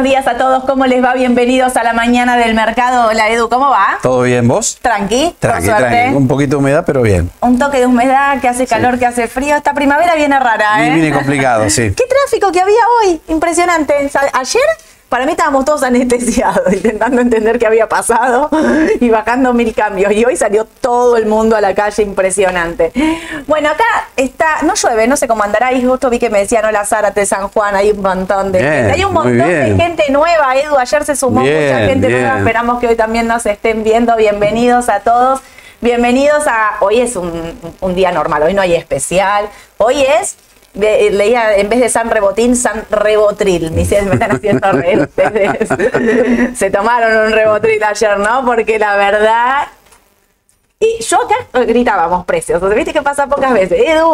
días a todos, ¿cómo les va? Bienvenidos a la mañana del mercado. Hola Edu, ¿cómo va? ¿Todo bien, vos? Tranqui, tranqui. Un poquito de humedad, pero bien. Un toque de humedad, que hace calor, que hace frío. Esta primavera viene rara, Y viene complicado, sí. ¿Qué tráfico que había hoy? Impresionante. Ayer, para mí estábamos todos anestesiados, intentando entender qué había pasado y bajando 1000 cambios. Y hoy salió todo el mundo a la calle, impresionante. Bueno, acá está, no llueve, no sé cómo andará. Y justo vi que me decían, hola Zárate, San Juan, hay un montón de gente. Hay un montón de gente nueva, Edu. Ayer se sumó mucha gente nueva. Esperamos que hoy también nos estén viendo. Bienvenidos a todos. Bienvenidos a... Hoy es un día normal, hoy no hay especial. Hoy es... leía en vez de San Rebotín, San Rebotril. Ni sé, me están haciendo reír ustedes. Se tomaron un Rebotril ayer, ¿no? Porque la verdad... Y yo acá gritábamos precios. O sea, ¿viste que pasa pocas veces? Edu,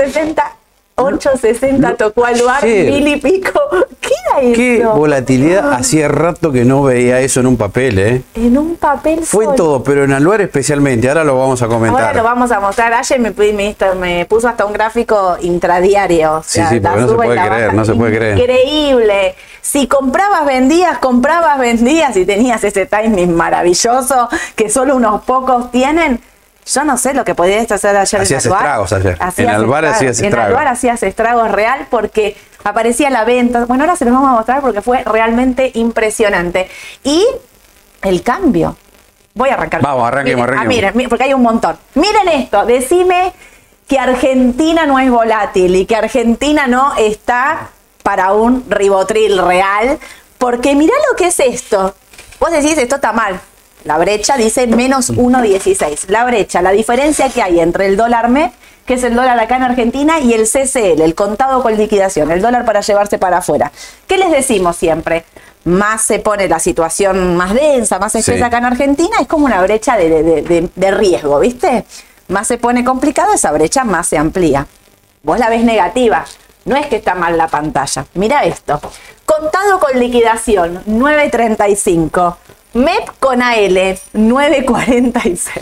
860 tocó al lugar, 1000 y pico. ¿Qué era eso? Qué volatilidad. Hacía rato que no veía eso en un papel, ¿eh? En un papel Fue solo. todo, pero en Alvar especialmente. Ahora lo vamos a comentar. Ahora lo vamos a mostrar. Ayer me puso hasta un gráfico intradiario. O sea, sí, porque no se puede creer, no se puede creer. Increíble. Si comprabas, vendías y tenías ese timing maravilloso que solo unos pocos tienen. Yo no sé lo que podías hacer ayer Hacías en Alvar. estragos ayer. En Alvar hacías estragos. En Alvar hacías estragos real porque aparecía la venta. Bueno, ahora se los vamos a mostrar porque fue realmente impresionante. Y el cambio. Voy a arrancar. Vamos, arranquemos. Miren, porque hay un montón. Miren esto. Decime que Argentina no es volátil y que Argentina no está para un ribotril real. Porque mirá lo que es esto. Vos decís, esto está mal. La brecha dice menos 1,16. La brecha, la diferencia que hay entre el dólar MEP, que es el dólar acá en Argentina, y el CCL, el contado con liquidación, el dólar para llevarse para afuera. ¿Qué les decimos siempre? Más se pone la situación más densa, más espesa acá en Argentina, es como una brecha de riesgo, ¿viste? Más se pone complicada, esa brecha más se amplía. Vos la ves negativa. No es que está mal la pantalla. Mira esto. Contado con liquidación, 9.35. MEP con AL, 9.46.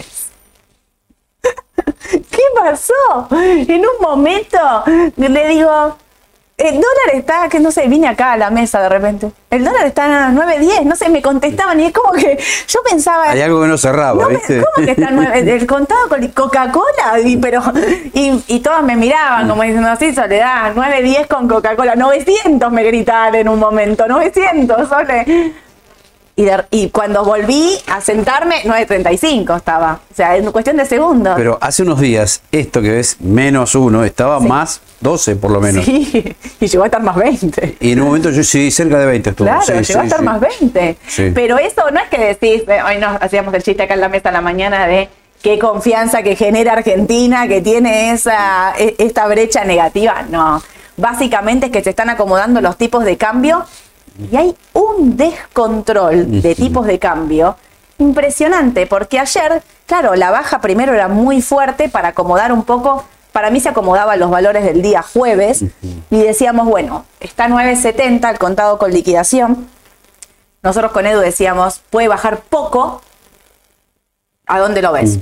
¿Qué pasó? En un momento le digo, el dólar está, que no sé, vine acá a la mesa de repente. El dólar está a 9.10, no sé, me contestaban y es como que yo pensaba... Hay algo que no cerraba, ¿viste? ¿Cómo que está 9? El contado con Coca-Cola, y todos me miraban como diciendo, sí, Soledad, 9.10 con Coca-Cola, 900 me gritaban en un momento, 900, Sole. Y cuando volví a sentarme, 9.35 estaba. O sea, en cuestión de segundos. Pero hace unos días, esto que ves menos 1, estaba más 12 por lo menos. Sí, y llegó a estar más 20. Y en un momento yo sí, cerca de 20 estuvo. Claro, llegó a estar más 20. Sí. Pero eso no es que decís, hoy nos hacíamos el chiste acá en la mesa a la mañana de qué confianza que genera Argentina, que tiene esta brecha negativa. No, básicamente es que se están acomodando los tipos de cambio. Y hay un descontrol de tipos de cambio impresionante, porque ayer, claro, la baja primero era muy fuerte para acomodar un poco, para mí se acomodaban los valores del día jueves, y decíamos, bueno, está 9.70 el contado con liquidación, nosotros con Edu decíamos, puede bajar poco, ¿a dónde lo ves?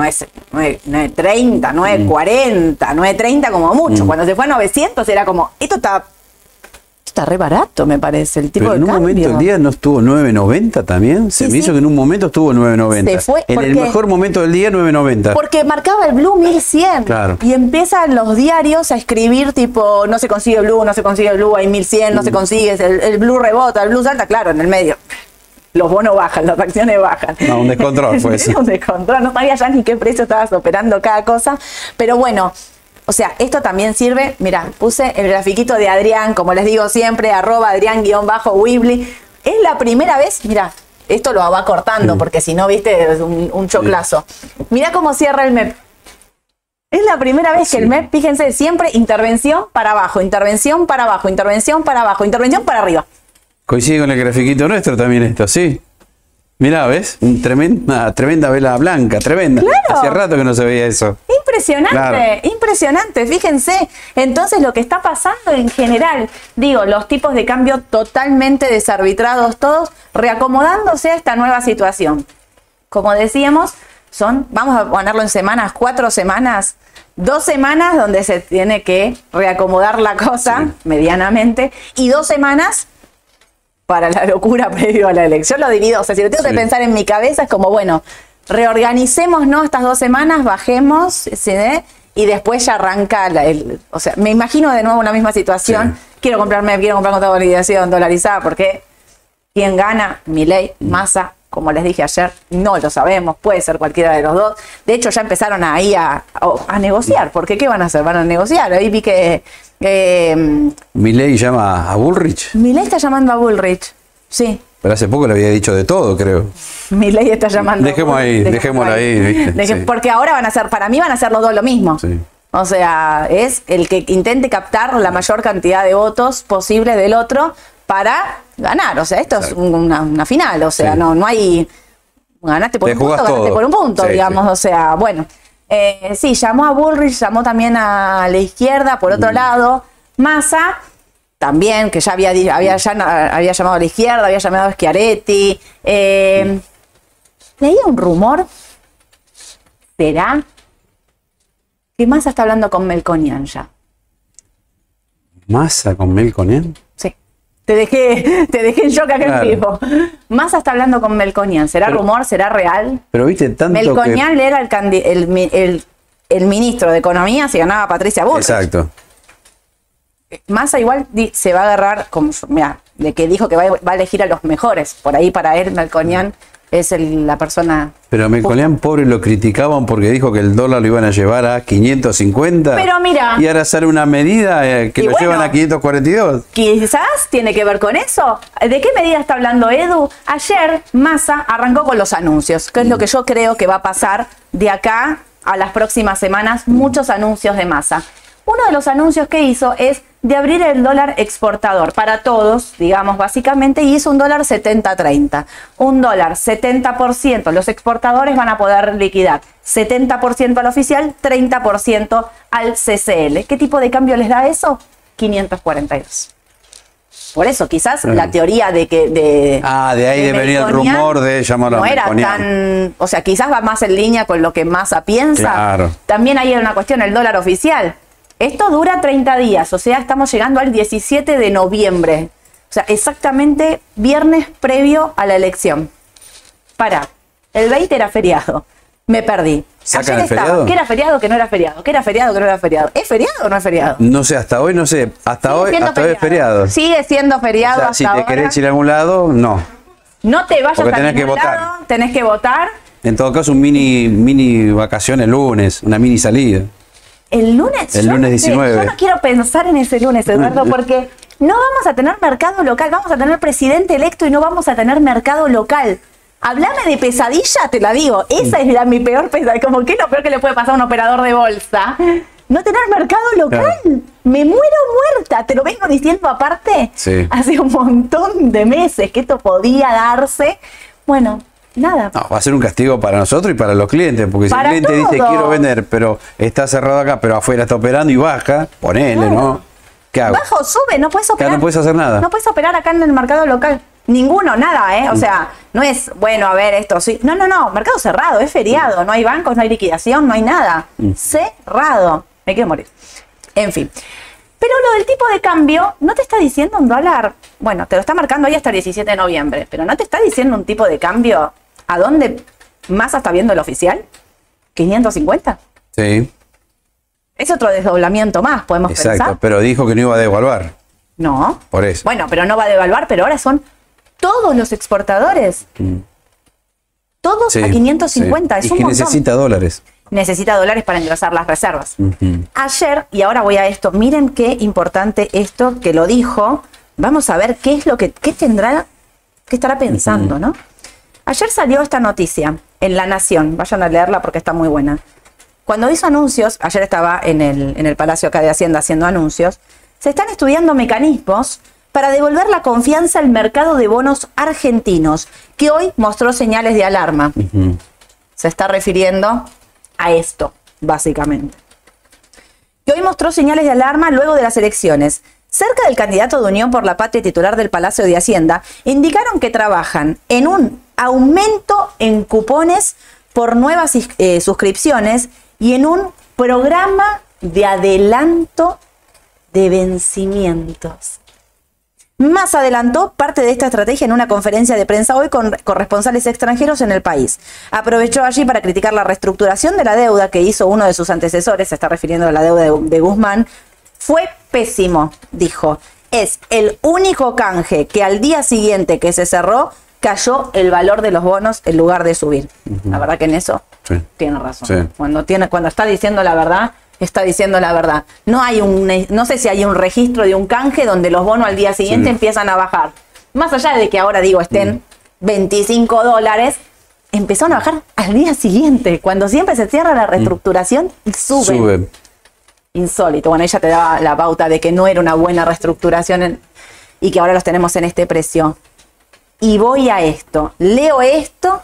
9.30, 9.40, 9.30 como mucho, cuando se fue a 900 era como, esto está re barato, me parece, el tipo de cambio. Pero en un momento el día no estuvo 9.90 también. Se me hizo que en un momento estuvo 9.90. Se fue. En el mejor momento del día, 9.90. Porque marcaba el Blue 1100. Claro. Y empiezan los diarios a escribir tipo, no se consigue Blue, hay 1100, no se consigue, el Blue rebota, el Blue salta, claro, en el medio. Los bonos bajan, las acciones bajan. No, un descontrol fue eso. Un descontrol, no sabía ya ni qué precio estabas operando cada cosa. Pero bueno... O sea, esto también sirve, mirá, puse el grafiquito de Adrián, como les digo siempre, @Adrián_Wibli. Es la primera vez, mirá, esto lo va cortando, porque si no, viste, es un choclazo. Mirá cómo cierra el MEP. Es la primera vez que el MEP, fíjense, siempre intervención para abajo, intervención para abajo, intervención para abajo, intervención para arriba. Coincide con el grafiquito nuestro también esto, sí. Mirá, ¿ves? Tremenda vela blanca, tremenda. Claro. Hacía rato que no se veía eso. Impresionante, claro. Impresionante, fíjense. Entonces lo que está pasando en general, digo, los tipos de cambio totalmente desarbitrados todos, reacomodándose a esta nueva situación. Como decíamos, vamos a ponerlo en semanas, 4 semanas, 2 semanas donde se tiene que reacomodar la cosa medianamente, y 2 semanas para la locura previo a la elección. Yo lo divido, o sea, si lo tengo que pensar en mi cabeza es como, bueno, reorganicemos, ¿no? Estas 2 semanas, bajemos, ¿sí? Y después ya arranca, o sea, me imagino de nuevo una misma situación. Sí. Quiero comprar consolidación dolarizada porque ¿quién gana? Milei, Massa, como les dije ayer, no lo sabemos, puede ser cualquiera de los dos. De hecho, ya empezaron ahí a negociar, porque ¿qué van a hacer? Van a negociar. Ahí vi que... Milei llama a Bullrich. Milei está llamando a Bullrich, sí. Pero hace poco le había dicho de todo, creo. Milei está llamando. Dejémoslo ahí. ¿Viste? Sí. Porque ahora van a ser, para mí van a ser los dos lo mismo. Sí. O sea, es el que intente captar la mayor cantidad de votos posible del otro para ganar. O sea, esto es una final. O sea, no hay... Ganaste por un punto, ganaste por un punto, digamos. Sí. O sea, bueno. Sí, llamó a Bullrich, llamó también a la izquierda, por otro lado. Massa... También, que ya había llamado a la izquierda, había llamado a Schiaretti. Leía un rumor, ¿será? Que Massa está hablando con Melconian ya. ¿Massa con Melconian? Sí. Te dejé en shock acá en vivo. Massa está hablando con Melconian. ¿Será rumor? ¿Será real? Pero viste tanto Melconian era el ministro de Economía si ganaba Patricia Bullrich. Exacto. Massa igual se va a agarrar, mira, de que dijo que va a elegir a los mejores. Por ahí para él, Melconian es la persona... Pero a Melconian, pobre, lo criticaban porque dijo que el dólar lo iban a llevar a 550. Pero mira... Y ahora sale una medida que lo llevan a 542. Quizás tiene que ver con eso. ¿De qué medida está hablando Edu? Ayer Massa arrancó con los anuncios, que es lo que yo creo que va a pasar de acá a las próximas semanas. Muchos anuncios de Massa. Uno de los anuncios que hizo es de abrir el dólar exportador para todos, digamos, básicamente, y hizo un dólar 70-30. Un dólar 70%, los exportadores van a poder liquidar 70% al oficial, 30% al CCL. ¿Qué tipo de cambio les da eso? 542. Por eso, quizás la teoría de que... de ahí de venir el rumor de llamarlo no era tan... O sea, quizás va más en línea con lo que Massa piensa. Claro. También hay una cuestión, el dólar oficial. Esto dura 30 días, o sea, estamos llegando al 17 de noviembre. O sea, exactamente viernes previo a la elección. El 20 era feriado. Me perdí. ¿Sacan el feriado? ¿Qué era feriado, que no era feriado? ¿Qué era feriado, que no era feriado? ¿Es feriado o no es feriado? No sé, hasta hoy no sé. Hasta hoy es feriado. Sigue siendo feriado, o sea, si te querés ir a algún lado, no. No te vayas a ningún lado, tenés que votar. En todo caso, un mini vacación el lunes, una mini salida. El lunes 19. Yo no quiero pensar en ese lunes, Eduardo, porque no vamos a tener mercado local. Vamos a tener presidente electo y no vamos a tener mercado local. Hablame de pesadilla, te la digo. Esa es mi peor pesadilla. Como que es lo peor que le puede pasar a un operador de bolsa. No tener mercado local. Claro. Me muero muerta. Te lo vengo diciendo aparte. Sí. Hace un montón de meses que esto podía darse. Bueno... Nada. No, va a ser un castigo para nosotros y para los clientes, porque si el cliente dice quiero vender, pero está cerrado acá, pero afuera está operando y baja, ponele, ¿no? ¿Qué hago? Baja o sube, no puedes operar. No puedes hacer nada. No puedes operar acá en el mercado local. Ninguno, nada, ¿eh? O sea, no es, bueno, a ver, esto sí. No, mercado cerrado, es feriado, no hay bancos, no hay liquidación, no hay nada. Cerrado. Me quiero morir. En fin. Pero lo del tipo de cambio no te está diciendo un dólar, bueno, te lo está marcando ahí hasta el 17 de noviembre, pero no te está diciendo un tipo de cambio. ¿A dónde Massa está viendo el oficial? ¿550? Sí. Es otro desdoblamiento más, podemos pensar. Exacto, pero dijo que no iba a devaluar. No. Por eso. Bueno, pero no va a devaluar, pero ahora son todos los exportadores. Todos a 550, es un montón. Necesita dólares. Necesita dólares para engrosar las reservas. Ayer, y ahora voy a esto, miren qué importante esto que lo dijo. Vamos a ver qué es lo que tendrá, qué estará pensando, ¿no? Ayer salió esta noticia en La Nación, vayan a leerla porque está muy buena. Cuando hizo anuncios, ayer estaba en el Palacio acá de Hacienda haciendo anuncios, se están estudiando mecanismos para devolver la confianza al mercado de bonos argentinos, que hoy mostró señales de alarma. Se está refiriendo a esto, básicamente. Que hoy mostró señales de alarma luego de las elecciones. Cerca del candidato de Unión por la Patria titular del Palacio de Hacienda, indicaron que trabajan en un aumento en cupones por nuevas suscripciones y en un programa de adelanto de vencimientos. Más adelantó parte de esta estrategia en una conferencia de prensa hoy con corresponsales extranjeros en el país. Aprovechó allí para criticar la reestructuración de la deuda que hizo uno de sus antecesores, se está refiriendo a la deuda de Guzmán. Fue pésimo, dijo. Es el único canje que al día siguiente que se cerró cayó el valor de los bonos en lugar de subir. La verdad que en eso tiene razón. Sí. Cuando está diciendo la verdad, está diciendo la verdad. No sé si hay un registro de un canje donde los bonos al día siguiente empiezan a bajar. Más allá de que ahora estén $25, empezaron a bajar al día siguiente. Cuando siempre se cierra la reestructuración, suben. Insólito. Bueno, ella te daba la pauta de que no era una buena reestructuración y que ahora los tenemos en este precio. Y voy a esto. Leo esto.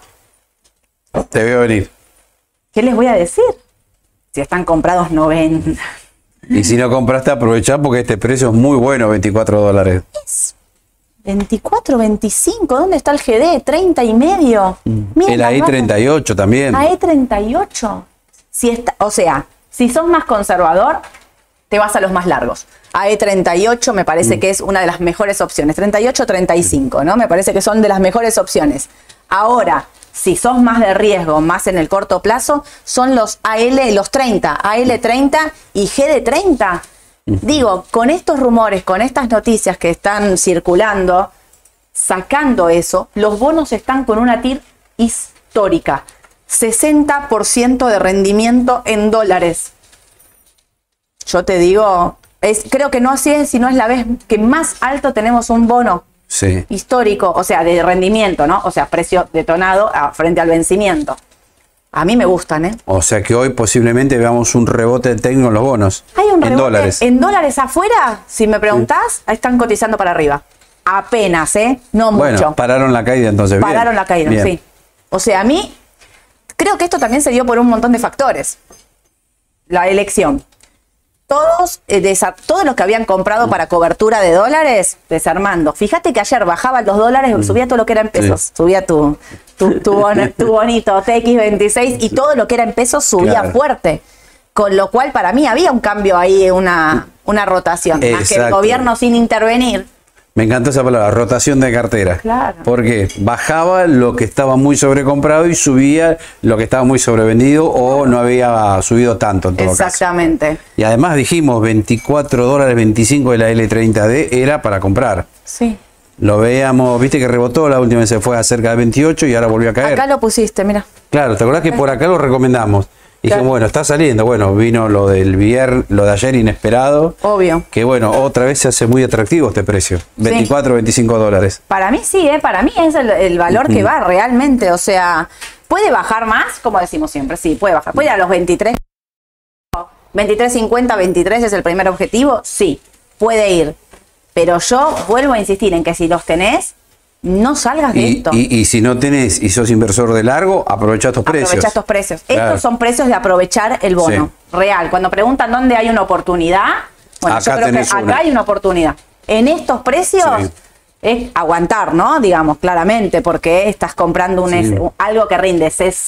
Te veo venir. ¿Qué les voy a decir? Si están comprados, no ven. Y si no compraste, aprovechá porque este precio es muy bueno, $24. Es 24, 25. ¿Dónde está el GD? 30 y medio. El AI38 también. AI38. Si sos más conservador, te vas a los más largos. AE38 me parece que es una de las mejores opciones. 38, 35, ¿no? Me parece que son de las mejores opciones. Ahora, si sos más de riesgo, más en el corto plazo, son los los 30, AL30 y GD30. Digo, con estos rumores, con estas noticias que están circulando, sacando eso, los bonos están con una TIR histórica. 60% de rendimiento en dólares. Yo te digo, creo que no así es, sino es la vez que más alto tenemos un bono histórico, o sea, de rendimiento, ¿no? O sea, precio detonado frente al vencimiento. A mí me gustan, ¿eh? O sea que hoy posiblemente veamos un rebote técnico en los bonos. Hay un en rebote dólares. En dólares afuera, si me preguntás, están cotizando para arriba. Apenas, no mucho. Bueno, pararon la caída entonces. Pararon la caída, bien. sí. O sea, a mí, creo que esto también se dio por un montón de factores. La elección. Todos los que habían comprado para cobertura de dólares, desarmando. Fíjate que ayer bajaban los dólares, subía todo lo que era en pesos. Subía tu bonito TX26 y todo lo que era en pesos subía fuerte. Con lo cual, para mí, había un cambio ahí, una rotación. Más que el gobierno sin intervenir. Me encanta esa palabra, rotación de cartera. Claro. Porque bajaba lo que estaba muy sobrecomprado y subía lo que estaba muy sobrevendido o no había subido tanto en todo caso. Exactamente. Y además dijimos $24.25 de la L30D era para comprar. Sí. Lo veíamos, viste que rebotó, la última vez se fue a cerca de 28 y ahora volvió a caer. Acá lo pusiste, mira. Claro, ¿te acordás que por acá lo recomendamos? Y dije, bueno, está saliendo. Bueno, vino lo del viernes, lo de ayer inesperado. Obvio. Que bueno, otra vez se hace muy atractivo este precio. 24, $25. Para mí sí, para mí es el valor que va realmente. O sea, ¿puede bajar más? Como decimos siempre, sí, puede bajar. ¿Puede ir a los 23? 23.50, 23 es el primer objetivo. Sí, puede ir. Pero yo vuelvo a insistir en que si los tenés, no salgas de esto. Y si no tenés y sos inversor de largo, aprovecha estos precios. Aprovecha estos precios. Claro. Estos son precios de aprovechar el bono real. Cuando preguntan dónde hay una oportunidad, bueno, acá yo creo que acá hay una oportunidad. En estos precios es aguantar, ¿no? Digamos, claramente, porque estás comprando algo que rinde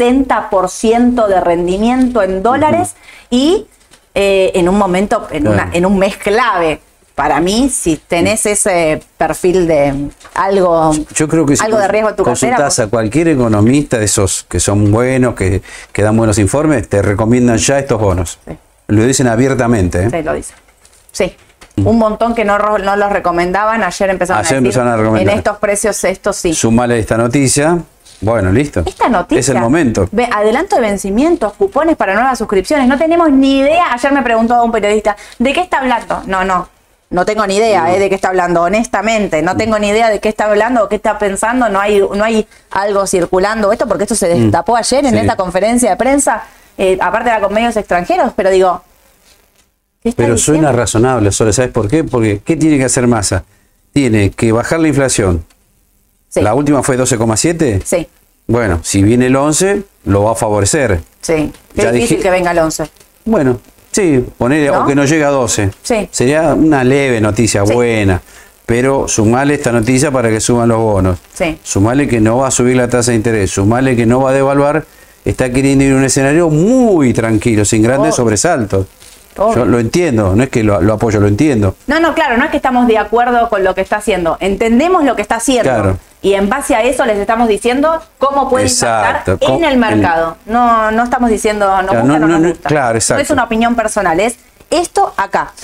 60% de rendimiento en dólares y en un momento, en un mes clave. Para mí, si tenés ese perfil de algo, yo creo que si algo de riesgo en tu cartera. Consultás a cualquier economista de esos que son buenos, que dan buenos informes, te recomiendan ya estos bonos. Sí. Lo dicen abiertamente. Sí, lo dicen. Sí. Un montón que no los recomendaban, ayer empezaron a recomendar. En estos precios, esto sí. Sumale esta noticia. Bueno, listo. Esta noticia. Es el momento. Adelanto de vencimientos, cupones para nuevas suscripciones. No tenemos ni idea. Ayer me preguntó un periodista, ¿de qué está hablando? No tengo ni idea de qué está hablando, honestamente. No tengo ni idea de qué está hablando o qué está pensando. No hay algo circulando esto, porque esto se destapó ayer en esta conferencia de prensa, aparte era con medios extranjeros, pero digo... Pero suena razonable, Sole, ¿sabes por qué? Porque ¿qué tiene que hacer Massa? Tiene que bajar la inflación. Sí. La última fue 12,7. Sí. Bueno, si viene el 11, lo va a favorecer. Sí. Qué difícil que venga el 11. Bueno... Sí, ponerle, ¿no? O que no llegue a 12. Sí. Sería una leve noticia, buena. Pero sumale esta noticia para que suban los bonos. Sí. Sumale que no va a subir la tasa de interés. Sumale que no va a devaluar. Está queriendo ir a un escenario muy tranquilo, sin grandes sobresaltos. Yo lo entiendo, no es que lo apoyo, lo entiendo. No, claro, no es que estamos de acuerdo con lo que está haciendo. Entendemos lo que está haciendo. Claro. Y en base a eso les estamos diciendo cómo puede impactar en el mercado. No estamos diciendo nos gusta o no nos gusta. Claro, exacto. No es una opinión personal, es esto acá.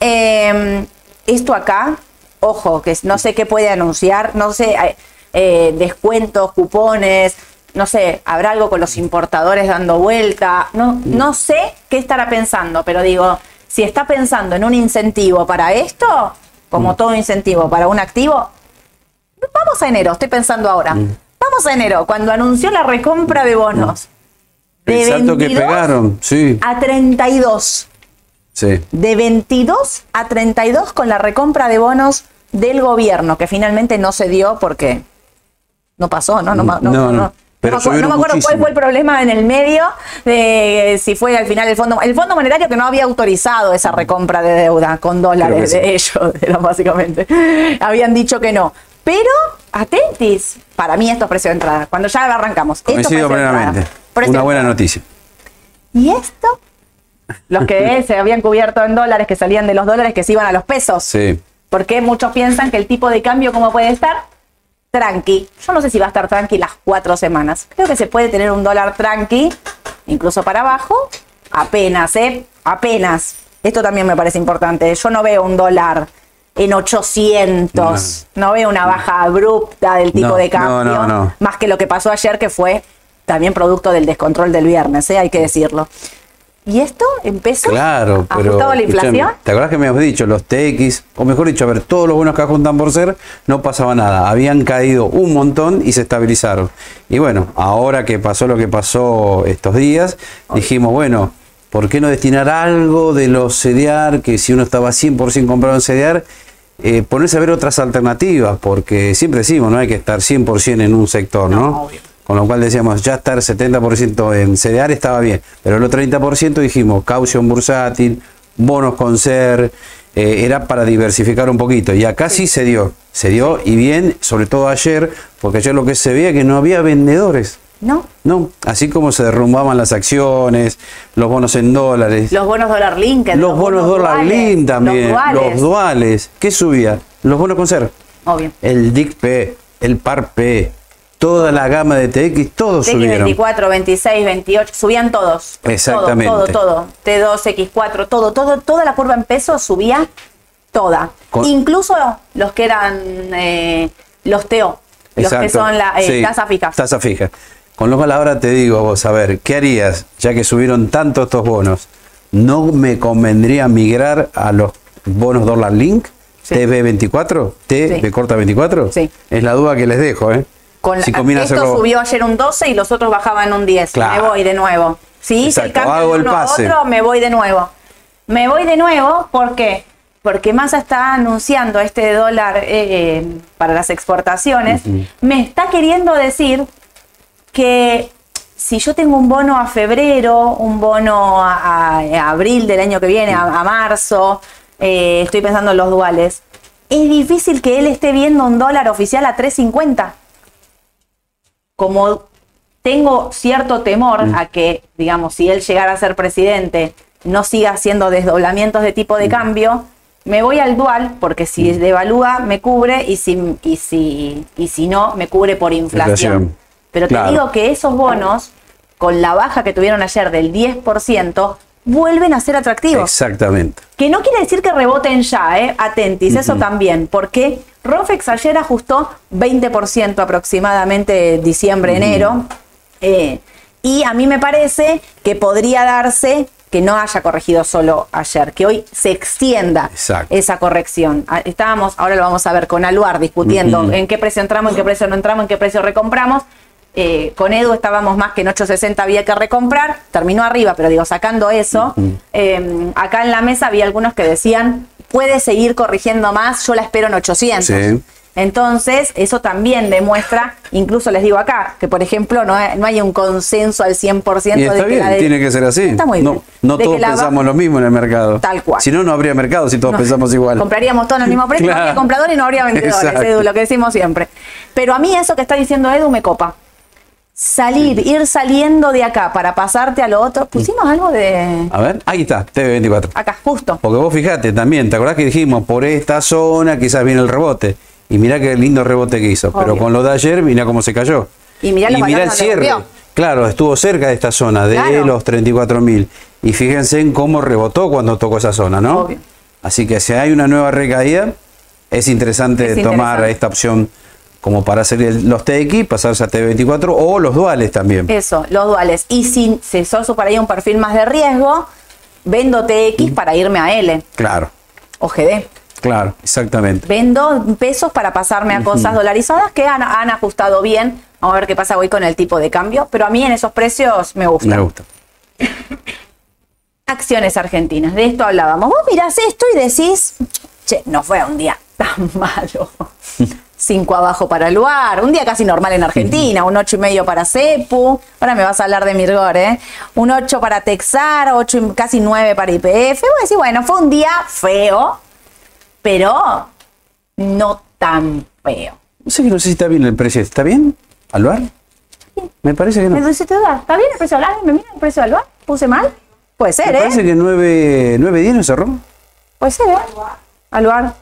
Esto acá, ojo, que no sé qué puede anunciar, no sé, descuentos, cupones, no sé, habrá algo con los importadores dando vuelta, no sé qué estará pensando, pero digo, si está pensando en un incentivo para esto, como todo incentivo para un activo, vamos a enero, estoy pensando ahora, vamos a enero, cuando anunció la recompra de bonos, de 22 que pegaron, sí, a 32. Sí. De 22 a 32 con la recompra de bonos del gobierno, que finalmente no se dio porque no pasó, ¿no? No me acuerdo cuál fue el problema en el medio, de si fue al final el Fondo Monetario, que no había autorizado esa recompra de deuda con dólares de ellos, básicamente. Habían dicho que no. Pero, atentis, para mí esto es precio de entrada. Cuando ya arrancamos. Coincido plenamente. Una buena noticia. ¿Y esto? Los que se habían cubierto en dólares, que salían de los dólares, que se iban a los pesos. Sí. Porque muchos piensan que el tipo de cambio, ¿cómo puede estar? Tranqui. Yo no sé si va a estar tranqui las 4 semanas. Creo que se puede tener un dólar tranqui, incluso para abajo, apenas, apenas. Esto también me parece importante. Yo no veo un dólar en 800. No veo una baja abrupta del tipo de cambio. Más que lo que pasó ayer, que fue también producto del descontrol del viernes, hay que decirlo. ¿Y esto empezó? Claro, pero ajustado a la inflación? ¿Te acuerdas que me habías dicho los TX, o mejor dicho, a ver, todos los bonos que juntan por ser, no pasaba nada, habían caído un montón y se estabilizaron? Y bueno, ahora que pasó lo que pasó estos días, dijimos, bueno, ¿por qué no destinar algo de los CDR, que si uno estaba 100% comprado en CDR, ponerse a ver otras alternativas? Porque siempre decimos, no hay que estar 100% en un sector, ¿no? Obvio. Con lo cual decíamos, ya estar 70% en CDR estaba bien, pero el otro 30% dijimos, caución bursátil, bonos con SER, era para diversificar un poquito. Y acá sí se dio y bien, sobre todo ayer, porque ayer lo que se veía que no había vendedores. No, así como se derrumbaban las acciones, los bonos en dólares. Los bonos dólar link. Los bonos dólar link también, los duales. ¿Qué subía? Los bonos con SER. Obvio. El DIC-P, el PAR-P. Toda la gama de TX, todos subieron. 24, 26, 28, subían todos. Exactamente. Todo. T2, X4, toda la curva en pesos subía toda. Incluso los que eran los TO, los que son la tasa fija. Tasa fija. Con lo cual ahora te digo vos, a ver, ¿qué harías? Ya que subieron tanto estos bonos, ¿no me convendría migrar a los bonos dólar link? Sí. TB24, TB24. Sí. Es la duda que les dejo, ¿eh? Esto subió ayer un 12 y los otros bajaban un 10. Claro. Me voy de nuevo. Si hice el cambio de uno a otro, me voy de nuevo. ¿Por qué? Porque Massa está anunciando este dólar para las exportaciones. Me está queriendo decir que si yo tengo un bono a febrero, un bono a abril del año que viene, a marzo, estoy pensando en los duales, es difícil que él esté viendo un dólar oficial a 3.50. Como tengo cierto temor a que, digamos, si él llegara a ser presidente, no siga haciendo desdoblamientos de tipo de cambio, me voy al dual, porque si devalúa me cubre y si no, me cubre por inflación. Pero te digo que esos bonos, con la baja que tuvieron ayer del 10%, vuelven a ser atractivos. Exactamente. Que no quiere decir que reboten ya, atentis, eso también, porque Rofex ayer ajustó 20% aproximadamente diciembre, enero, y a mí me parece que podría darse que no haya corregido solo ayer, que hoy se extienda esa corrección. Ahora lo vamos a ver con Aluar discutiendo en qué precio entramos, en qué precio no entramos, en qué precio recompramos. Con Edu estábamos más que en 8.60, había que recomprar, terminó arriba, pero digo, sacando eso, acá en la mesa había algunos que decían, puede seguir corrigiendo más, yo la espero en 800. Sí. Entonces, eso también demuestra, incluso les digo acá, que por ejemplo no hay un consenso al 100% y está de que bien, tiene que ser así. Está muy bien. No todos pensamos lo mismo en el mercado. Tal cual. Si no, no habría mercado si todos pensamos igual. Compraríamos todos al mismo precio, no habría compradores y no habría vendedores, Edu, lo que decimos siempre. Pero a mí eso que está diciendo Edu me copa. ir saliendo de acá para pasarte a lo otro. Pusimos algo de... A ver, ahí está, TV24. Acá, justo. Porque vos fijate también, ¿te acordás que dijimos por esta zona quizás viene el rebote? Y mirá qué lindo rebote que hizo. Pero con lo de ayer, mirá cómo se cayó. Y mirá el cierre. Claro, estuvo cerca de esta zona, de los 34.000. Y fíjense en cómo rebotó cuando tocó esa zona, ¿no? Obvio. Así que si hay una nueva recaída, es interesante tomar esta opción como para hacer los TX, pasarse a T24 o los duales también. Eso, los duales. Y si sos por ahí un perfil más de riesgo, vendo TX para irme a L. Claro. O GD. Claro, exactamente. Vendo pesos para pasarme a cosas dolarizadas que han ajustado bien. Vamos a ver qué pasa hoy con el tipo de cambio. Pero a mí en esos precios me gusta. Me gusta. Acciones argentinas, de esto hablábamos. Vos mirás esto y decís, che, no fue un día tan malo. 5 abajo para Luar, un día casi normal en Argentina, un 8,5 para Cepu, ahora me vas a hablar de Mirgor, un 8 para Texar, 8, casi 9 para YPF. Voy a decir, bueno, fue un día feo, pero no tan feo. No sé si está bien el precio. ¿Está bien, Alvar? Me parece que no. ¿Está bien el precio de Alvar? ¿Me mira el precio de Alvar? ¿Puse mal? Puede ser, Me parece que 9.10 no cerró. Puede ser, Alvar.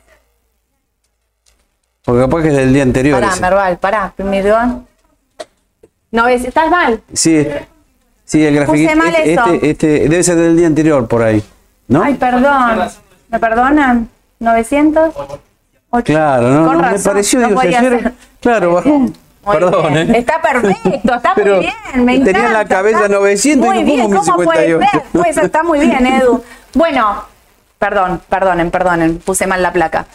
Porque capaz que es del día anterior. Pará, Merval, pará, Mirgor. No, ves, estás mal. Sí, el grafiquito. Puse mal eso. Debe ser del día anterior por ahí, ¿no? Ay, perdón. ¿Me perdonan? ¿900? Claro, no, Con me razón, pareció, no digo, si podía ayer, ser. claro, bajó. Muy Perdón, bien. Está perfecto, está Pero muy bien, me encanta. tenía en la cabeza 900 muy y bien, como ¿cómo puede 1058. ser? Pues está muy bien, Edu. Bueno, perdonen, puse mal la placa.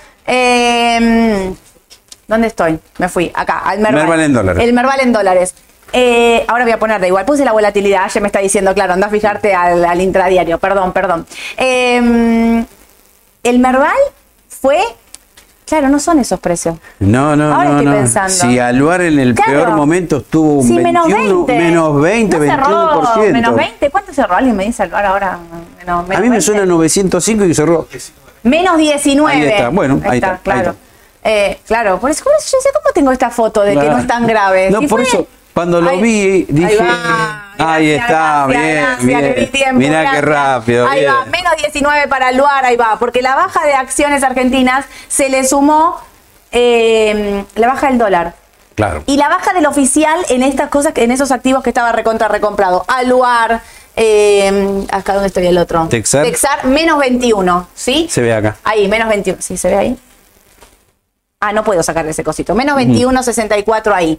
¿Dónde estoy? Me fui, acá, al Merval. Merval en dólares. El Merval en dólares. Ahora voy a poner de igual. Puse la volatilidad, ya me está diciendo, claro, anda a fijarte al intradiario. Perdón. El Merval fue... Claro, no son esos precios. No. Ahora estoy pensando. Si Alvar en el peor momento estuvo un 21, menos 20, no cerró, 21%. Menos 20, ¿cuánto cerró? Alguien me dice Alvar ahora. Menos A mí me 20. suena 905 y cerró. Menos 19. Ahí está, bueno, ahí está, claro. Claro, por eso yo decía, ¿cómo tengo esta foto de que no es tan grave? No, ¿Sí por fue? eso, cuando lo vi, dije, ahí está, bien. Mirá qué rápido. Ahí bien. va, menos 19 para Luar, ahí va, porque la baja de acciones argentinas se le sumó la baja del dólar. Claro. Y la baja del oficial en estas cosas, en esos activos que estaba recomprado. Aluar, acá donde estoy el otro. Texar, menos 21, ¿sí? Se ve acá. Ahí, menos 21, ¿sí se ve ahí? Ah, no puedo sacarle ese cosito. Menos 21,64 ahí.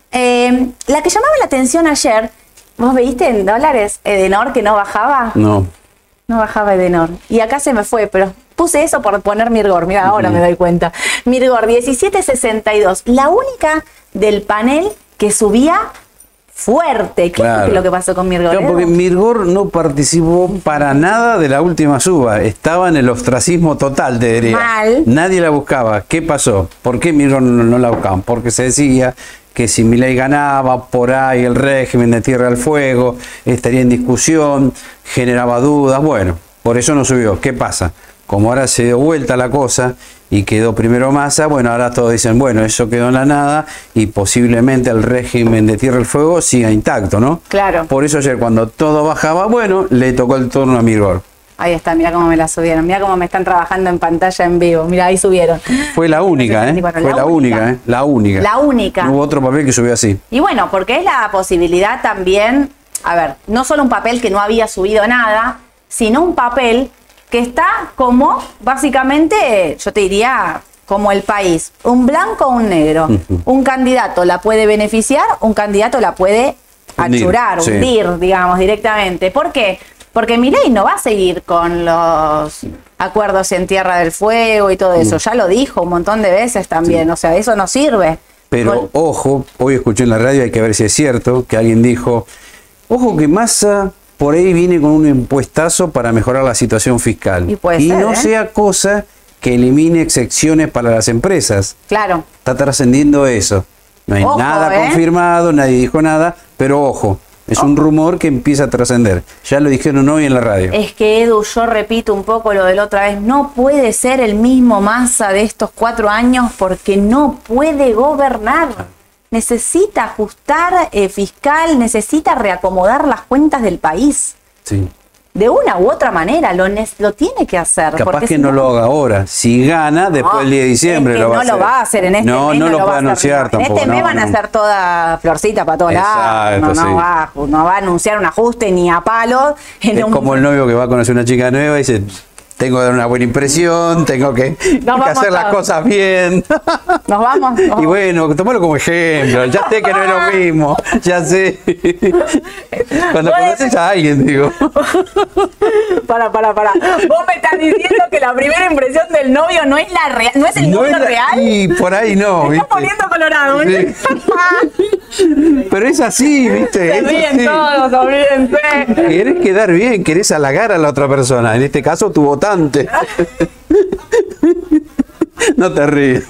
La que llamaba la atención ayer, ¿vos veiste en dólares Edenor que no bajaba? No. No bajaba Edenor. Y acá se me fue, pero puse eso por poner Mirgor. Mira, ahora me doy cuenta. Mirgor, 17,62. La única del panel que subía fuerte. ¿Qué es lo que pasó con Mirgor? Claro, porque Mirgor no participó para nada de la última suba. Estaba en el ostracismo total, te diría. Mal. Nadie la buscaba. ¿Qué pasó? ¿Por qué Mirgor no la buscaban? Porque se decía que si Milei ganaba, por ahí el régimen de Tierra del Fuego estaría en discusión, generaba dudas. Bueno, por eso no subió. ¿Qué pasa? Como ahora se dio vuelta la cosa y quedó primero Massa, bueno, ahora todos dicen, bueno, eso quedó en la nada y posiblemente el régimen de Tierra del Fuego siga intacto, ¿no? Claro. Por eso ayer cuando todo bajaba, bueno, le tocó el turno a Mirgor. Ahí está, mira cómo me la subieron, mira cómo me están trabajando en pantalla en vivo, mira, ahí subieron. Fue la única, ¿eh? Fue la única, ¿eh? La única. La única. No hubo otro papel que subió así. Y bueno, porque es la posibilidad también, a ver, no solo un papel que no había subido nada, sino un papel que está como, básicamente, yo te diría, como el país, un blanco o un negro. Un candidato la puede beneficiar, un candidato la puede achurar, hundir, digamos, directamente. ¿Por qué? Porque Milei no va a seguir con los acuerdos en Tierra del Fuego y todo eso. Ya lo dijo un montón de veces también. O sea, eso no sirve. Pero ojo, hoy escuché en la radio, hay que ver si es cierto, que alguien dijo, ojo que Massa por ahí viene con un impuestazo para mejorar la situación fiscal. Y no sea cosa que elimine excepciones para las empresas. Claro. Está trascendiendo eso. No hay nada confirmado, nadie dijo nada, pero ojo. Es un rumor que empieza a trascender. Ya lo dijeron hoy en la radio. Es que, Edu, yo repito un poco lo de la otra vez. No puede ser el mismo Massa de estos 4 años porque no puede gobernar. necesita ajustar fiscal, necesita reacomodar las cuentas del país. Sí. De una u otra manera, lo tiene que hacer. Capaz porque que si no lo haga ahora. Si gana, después del 10 de diciembre es que lo va a no hacer. lo va a hacer en este mes. No lo puede anunciar tampoco. En este mes van a hacer toda florcita para todos lados. No, sí. no va a anunciar un ajuste ni a palos. Es como el novio que va a conocer una chica nueva y dice, tengo que dar una buena impresión, tengo que hacer las cosas bien. Nos vamos. Y bueno, tomalo como ejemplo. Ya sé que no es lo mismo. Ya sé. Cuando conoces a alguien, digo. Para. Vos me estás diciendo que la primera impresión del novio no es la real, no es el novio real. Y por ahí no. Me estás poniendo colorado, ¿eh? Sí. Pero es así, ¿viste? Se ríen todos, olvídense. Querés quedar bien, querés halagar a la otra persona. En este caso, tu votante. No te ríes.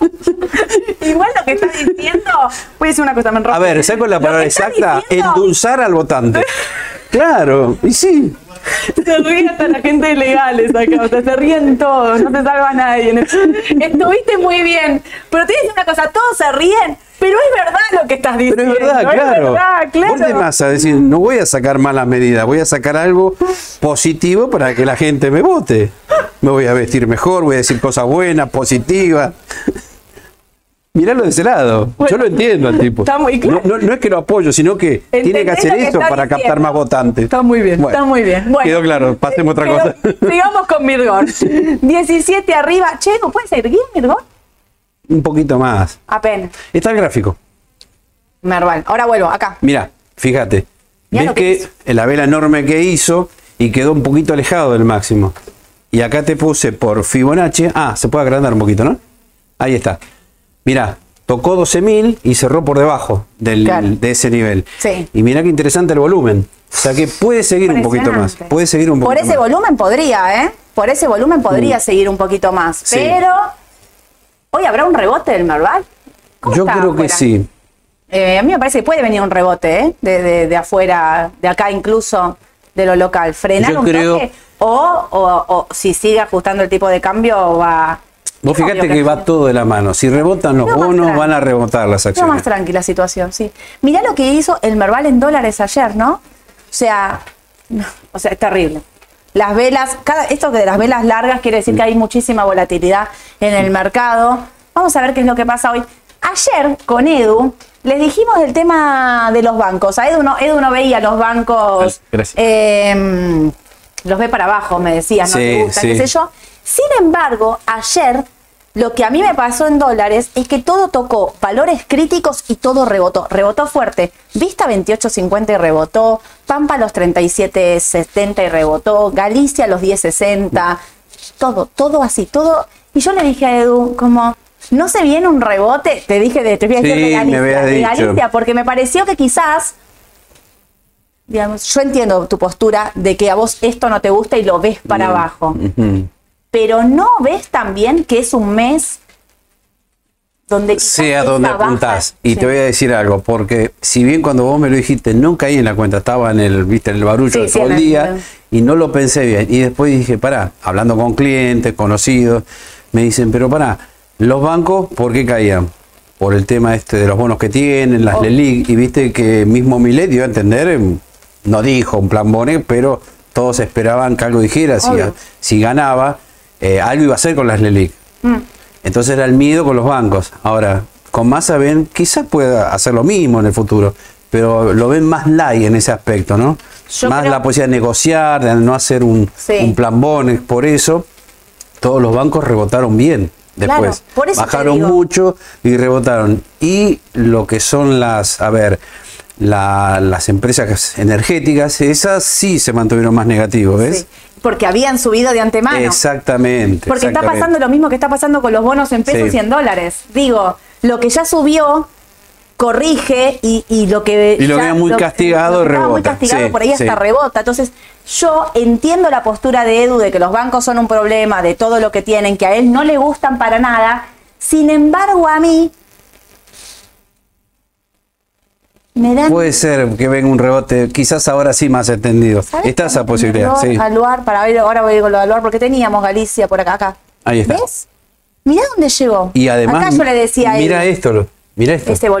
Igual lo que estás diciendo, voy a decir una cosa, me enrollo. A ver, ¿sabes cuál es la palabra exacta? Endulzar al votante. Claro, y sí. Se ríen hasta la gente de legales acá, o sea, se ríen todos, no te salva nadie. Estuviste muy bien, pero te digo una cosa, todos se ríen, pero es verdad lo que estás diciendo. Pero es verdad, claro. Es verdad, claro. Vos te vas a decir, no voy a sacar malas medidas, voy a sacar algo positivo para que la gente me vote. Me voy a vestir mejor, voy a decir cosas buenas, positivas. Miralo de ese lado. Bueno, yo lo entiendo al tipo. Está muy claro. No es que lo apoyo, sino que tiene que hacer esto para captar más votantes. Está muy bien, bueno, está muy bien. Bueno, quedó claro, pasemos a otra cosa. Sigamos con Virgón. 17 arriba. Che, ¿no puede seguir Virgón? Un poquito más. Apenas. Está el gráfico. Merval. Ahora vuelvo, acá. Mira, fíjate. Mirá Ves lo que que hizo. la vela enorme que hizo y quedó un poquito alejado del máximo. Y acá te puse por Fibonacci. Ah, se puede agrandar un poquito, ¿no? Ahí está. Mirá, tocó 12.000 y cerró por debajo Claro. de ese nivel. Sí. Y mirá qué interesante el volumen. O sea que puede seguir un poquito más. Impresionante. Puede seguir un poquito Por ese más. volumen podría, ¿eh? Por ese volumen podría seguir un poquito más. Sí. Pero, ¿hoy habrá un rebote del Merval? ¿Cómo Yo está creo que afuera? sí. A mí me parece que puede venir un rebote, ¿eh? De afuera, de acá incluso, de lo local. Frenar Yo un creo- toque o si sigue ajustando el tipo de cambio va... Vos fíjate que va todo de la mano. Si rebotan los Pero más bonos, tranqui. van a rebotar las No, acciones. más tranquila situación, sí. Mirá lo que hizo el Merval en dólares ayer, ¿no? O sea, es terrible. Las velas, esto que de las velas largas quiere decir que hay muchísima volatilidad en el mercado. Vamos a ver qué es lo que pasa hoy. Ayer con Edu les dijimos del tema de los bancos. A Edu no veía los bancos, Gracias. los ve para abajo, me decías, no Sí, te gusta, sí. qué sé yo. Sin embargo, ayer lo que a mí me pasó en dólares es que todo tocó valores críticos y todo rebotó. Rebotó fuerte. Vista 28.50 y rebotó. Pampa los 37.70 y rebotó. Galicia los 10.60. Todo así, todo. Y yo le dije a Edu, como, ¿no se viene un rebote? Te dije te voy a decir Sí, de Galicia, me habías de dicho. Galicia, porque me pareció que quizás, digamos, yo entiendo tu postura de que a vos esto no te gusta y lo ves para abajo. Ujú. Pero ¿no ves también que es un mes donde quizás Sé a esa dónde baja- apuntás. Y Sí. te voy a decir algo, porque si bien cuando vos me lo dijiste, no caí en la cuenta, estaba en el barullo Sí, de sí, todo en el el- día y no lo pensé bien. Y después dije, pará, hablando con clientes, conocidos, me dicen, pero pará, los bancos, ¿por qué caían? Por el tema de los bonos que tienen, las LELIQ, y viste que mismo Milei dio a entender, no dijo un plan Bonet, pero todos esperaban que algo dijera, Obvio. si ganaba, algo iba a hacer con las LELIQ. Entonces era el miedo con los bancos. Ahora, con Massa ven, quizás pueda hacer lo mismo en el futuro, pero lo ven más light en ese aspecto, ¿no? Yo Más creo- la posibilidad de negociar, de no hacer un plan Bonet. Por eso, todos los bancos rebotaron bien después. Claro, por eso te bajaron digo. mucho y rebotaron. Y lo que son las empresas energéticas, esas sí se mantuvieron más negativos, ¿ves? Sí, porque habían subido de antemano. Exactamente. Porque está exactamente. pasando lo mismo que está pasando con los bonos en pesos Sí. y en dólares. Digo, lo que ya subió corrige y lo que Y lo ya- queda muy castigado, lo que estaba muy rebota. castigado Sí, por ahí hasta sí. rebota. Entonces, yo entiendo la postura de Edu de que los bancos son un problema, de todo lo que tienen, que a él no le gustan para nada. Sin embargo, a mí me dan... Puede ser que venga un rebote, quizás ahora sí más extendido. ¿Sabes Está esa cómo posibilidad, me sí. dio Aluar, para ver, ahora voy con lo de Aluar, porque teníamos Galicia por acá. Ahí está. ¿Ves? Mirá dónde llegó. Y además, acá yo le decía a mira él, esto, mira esto. ese volumen.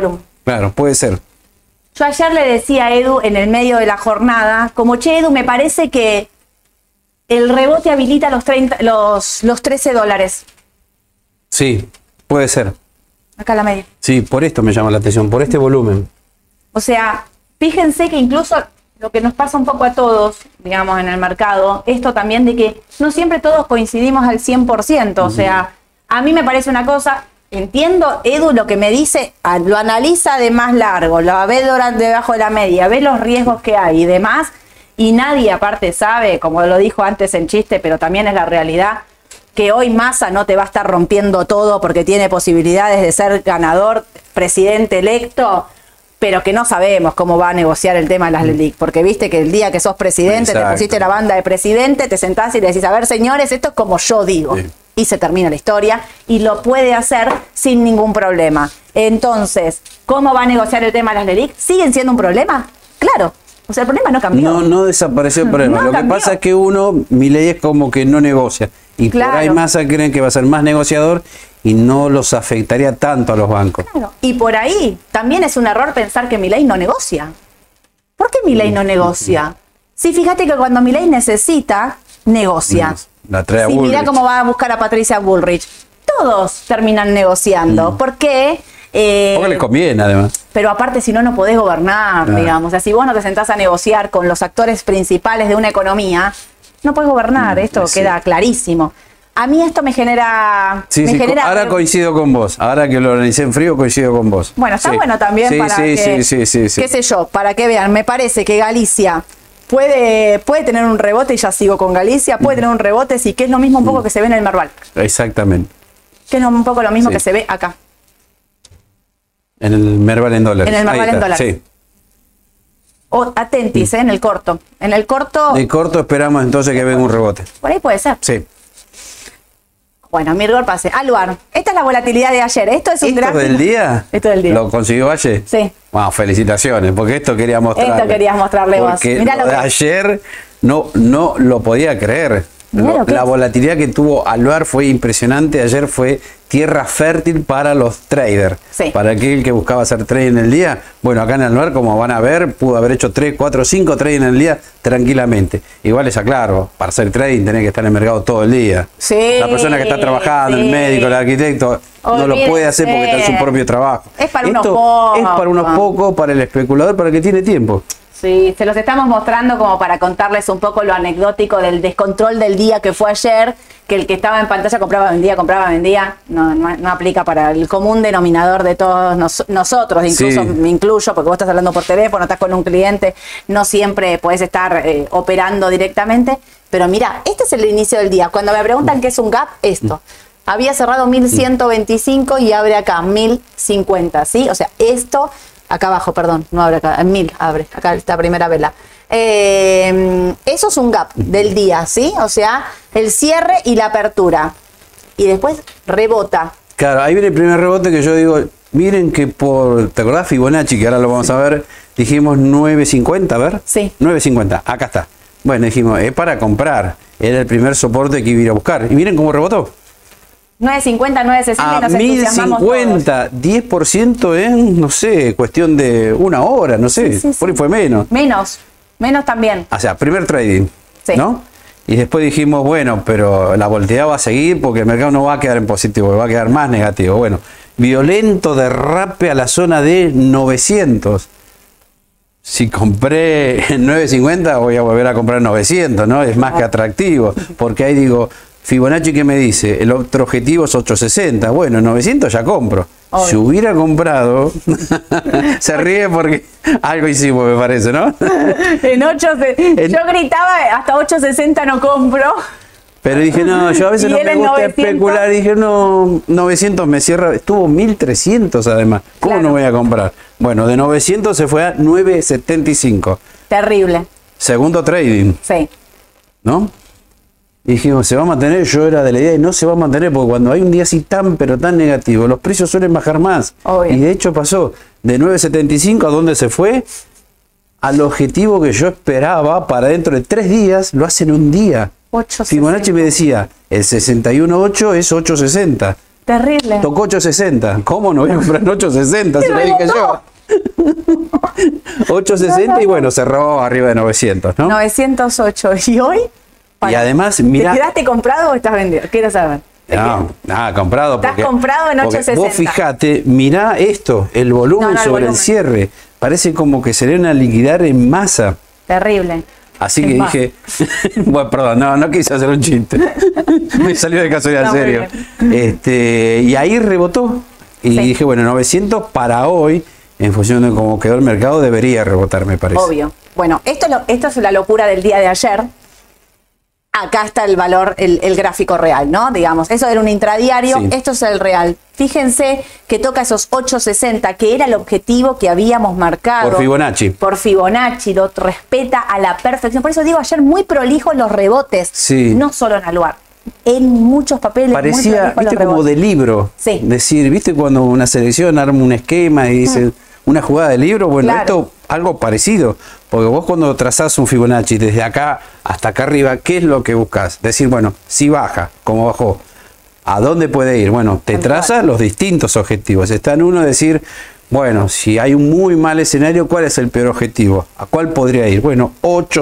Claro, puede ser. Yo ayer le decía a Edu en el medio de la jornada, como che Edu, me parece que el rebote habilita los $13. Sí, puede ser. Acá a la media. Sí, por esto me llama la atención, por este volumen. O sea, fíjense que incluso lo que nos pasa un poco a todos, digamos, en el mercado, esto también de que no siempre todos coincidimos al 100%. O sea, a mí me parece una cosa, entiendo, Edu, lo que me dice, lo analiza de más largo, lo ve debajo de la media, ve los riesgos que hay y demás, y nadie aparte sabe, como lo dijo antes en chiste, pero también es la realidad, que hoy Massa no te va a estar rompiendo todo porque tiene posibilidades de ser ganador, presidente electo, pero que no sabemos cómo va a negociar el tema de las LELIC, porque viste que el día que sos presidente, Exacto, te pusiste la banda de presidente, te sentás y le decís, a ver señores, esto es como yo digo. Sí. Y se termina la historia, y lo puede hacer sin ningún problema. Entonces, ¿cómo va a negociar el tema de las LELIC? ¿Siguen siendo un problema? Claro. O sea, el problema no cambió. No desapareció el problema. No lo cambió. que pasa es que Milei es como que no negocia. Y Claro. por ahí Massa creen que va a ser más negociador y no los afectaría tanto a los bancos. Claro. Y por ahí también es un error pensar que Milei no negocia. ¿Por qué Milei no negocia? Sí, fíjate que cuando Milei necesita, negocia. La trae a Sí, Bullrich. mirá cómo va a buscar a Patricia Bullrich. Todos terminan negociando. ¿Por qué? Porque les conviene, además. Pero aparte, si no, no podés gobernar, Claro. digamos. O sea, si vos no te sentás a negociar con los actores principales de una economía, no podés gobernar. Esto sí. queda clarísimo. A mí esto me genera... Sí, me sí, genera ahora coincido con vos. Ahora que lo analicé en frío, coincido con vos. Bueno, está Sí. bueno también Sí, para sí, que, sí. qué sé yo, para que vean, me parece que Galicia puede tener un rebote, y ya sigo con Galicia, puede tener un rebote, sí, que es lo mismo un poco que se ve en el Merval, Exactamente. que es un poco lo mismo Sí. que se ve acá, En el Merval en dólares. en el Ahí Merval en está, dólares. Sí. O atentis, en el corto. En el corto, De corto esperamos entonces que venga un rebote. por ahí puede ser. Sí. Bueno, Mirgor pase. Aluar, esta es la volatilidad de ayer. Esto es un ¿Esto gráfico. del día? Esto del día. ¿Lo consiguió ayer? Sí. Bueno, felicitaciones, porque esto quería mostrarle. Esto querías mostrarle vos. Porque Mirá lo lo de que- ayer no lo podía creer. Mirá lo que La es. volatilidad que tuvo Aluar fue impresionante. Ayer fue tierra fértil para los traders. Sí. Para aquel que buscaba hacer trading en el día. Bueno, acá en Aluar, como van a ver, pudo haber hecho 3, 4, 5 trading en el día tranquilamente. Igual les aclaro, para hacer trading tenés que estar en el mercado todo el día. Sí, La persona que está trabajando, sí. el médico, el arquitecto, no lo puede hacer porque está en su propio trabajo. Es para unos Esto pocos. es para unos pocos, para el especulador, para el que tiene tiempo. Sí, se los estamos mostrando como para contarles un poco lo anecdótico del descontrol del día que fue ayer, que el que estaba en pantalla compraba, vendía, no aplica para el común denominador de todos nosotros, incluso Sí. me incluyo, porque vos estás hablando por teléfono, estás con un cliente, no siempre podés estar operando directamente, pero mira, este es el inicio del día. Cuando me preguntan qué es un gap, esto. Había cerrado 1125 y abre acá 1050, ¿sí? O sea, esto... Acá abajo, perdón, no abre acá, en 1000 abre, acá esta primera vela. Eso es un gap del día, ¿sí? O sea, el cierre y la apertura. Y después rebota. Claro, ahí viene el primer rebote que yo digo, miren que ¿te acordás Fibonacci, que ahora lo vamos a ver? Dijimos 9.50, a ver. Sí. 9.50, acá está. Bueno, dijimos, es para comprar. Era el primer soporte que iba a ir a buscar. Y miren cómo rebotó. 950, 960 y A nos entusiasmamos 1050, 10% en, no sé, cuestión de una hora, no sé, Sí, sí, por ahí sí. fue menos. todos. Menos también. O sea, primer trading, Sí. ¿no? Y después dijimos, bueno, pero la volteada va a seguir porque el mercado no va a quedar en positivo, va a quedar más negativo. Bueno, violento derrape a la zona de 900. Si compré en 950, voy a volver a comprar 900, ¿no? Es más que atractivo, porque ahí digo, Fibonacci, ¿qué me dice? El otro objetivo es 860. Bueno, 900 ya compro. Obvio. Si hubiera comprado, se ríe porque algo hicimos, me parece, ¿no? En 8, yo gritaba, hasta 860 no compro. Pero dije, no, yo a veces ¿Y no él me en gusta 900? especular. Dije, no, 900 me cierra. Estuvo 1300 además. ¿Cómo Claro. no voy a comprar? Bueno, de 900 se fue a 975. Terrible, Segundo trading, sí. ¿no? Y dijimos, ¿se va a mantener? Yo era de la idea y no se va a mantener porque cuando hay un día así tan, pero tan negativo, los precios suelen bajar más. Obvio. Y de hecho pasó de 975 a dónde se fue, al objetivo que yo esperaba para dentro de 3 días, lo hacen un día. 860. Fibonacci me decía, el 61.8 es 860. Terrible. Tocó 860. ¿Cómo no voy a comprar en 860? Se Y lo dije yo. rebotó. 860 y bueno, cerró arriba de 900, ¿no? 908. ¿Y hoy? Y además, mira. ¿Te quedaste comprado o estás vendido? Quiero saber. No, nada, comprado. Estás comprado en 860. Vos fijate, mirá esto, el volumen sobre el cierre. Parece como que se le van a liquidar en masa. Terrible. Así que dije, bueno, perdón, no quise hacer un chiste. Me salió de casualidad, en serio. Y ahí rebotó. Y dije, bueno, 900 para hoy, en función de cómo quedó el mercado, debería rebotar, me parece. Obvio. Bueno, esto es la locura del día de ayer. Acá está el valor, el gráfico real, ¿no? Digamos, eso era un intradiario, esto es el real. Fíjense que toca esos 860, que era el objetivo que habíamos marcado. Por Fibonacci. Por Fibonacci, lo respeta a la perfección. Por eso digo, ayer muy prolijos los rebotes. Sí. No solo en Aluar, en muchos papeles. Parecía, muy viste, como de libro. Sí. Decir, viste, cuando una selección arma un esquema y dice una jugada de libro, bueno, claro. Esto algo parecido. Porque vos cuando trazás un Fibonacci desde acá hasta acá arriba, ¿qué es lo que buscas? Decir, bueno, si baja, como bajó, ¿a dónde puede ir? Bueno, te traza los distintos objetivos. Está en uno decir, bueno, si hay un muy mal escenario, ¿cuál es el peor objetivo? ¿A cuál podría ir? Bueno,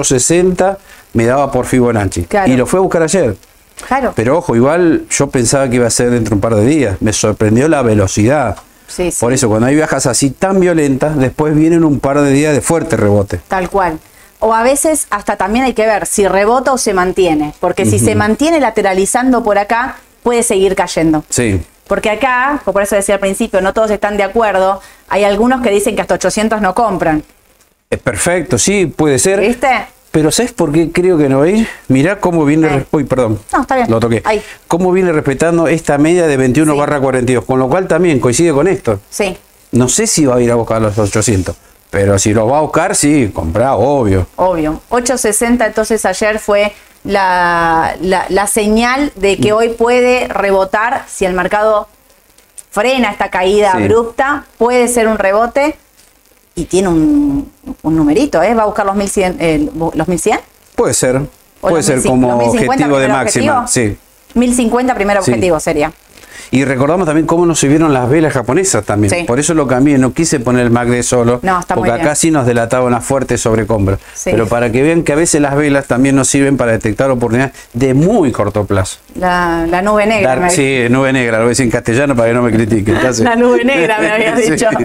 860 me daba por Fibonacci. Claro. Y lo fue a buscar ayer. Claro. Pero ojo, igual yo pensaba que iba a ser dentro de un par de días. Me sorprendió la velocidad. Sí, sí. Por eso, cuando hay bajas así tan violentas, después vienen un par de días de fuerte rebote. Tal cual. O a veces hasta también hay que ver si rebota o se mantiene. Porque si se mantiene lateralizando por acá, puede seguir cayendo. Sí. Porque acá, por eso decía al principio, no todos están de acuerdo. Hay algunos que dicen que hasta 800 no compran. Es perfecto, sí, puede ser. ¿Viste? Pero ¿sabes por qué creo que no va a ir? Mirá cómo viene... Uy, perdón. No, está bien. Lo toqué. Ahí. Cómo viene respetando esta media de 21/42. Con lo cual también coincide con esto. Sí. No sé si va a ir a buscar los 800. Pero si los va a buscar, sí, comprá, obvio. Obvio. 860 entonces ayer fue la señal de que hoy puede rebotar. Si el mercado frena esta caída abrupta, puede ser un rebote. Y tiene un numerito, ¿eh? ¿Va a buscar los 1100? ¿Los 1100? Puede ser. Puede ser como objetivo de máxima. Sí. 1050 primer objetivo sería. Y recordamos también cómo nos subieron las velas japonesas también. Sí. Por eso lo cambié, no quise poner el MACD solo, no, está porque muy acá bien. sí nos delataba una fuerte sobrecompra. Sí. Pero para que vean que a veces las velas también nos sirven para detectar oportunidades de muy corto plazo. La nube negra. Sí, nube negra, lo voy a decir en castellano para que no me critiquen. La nube negra me habías Sí. dicho.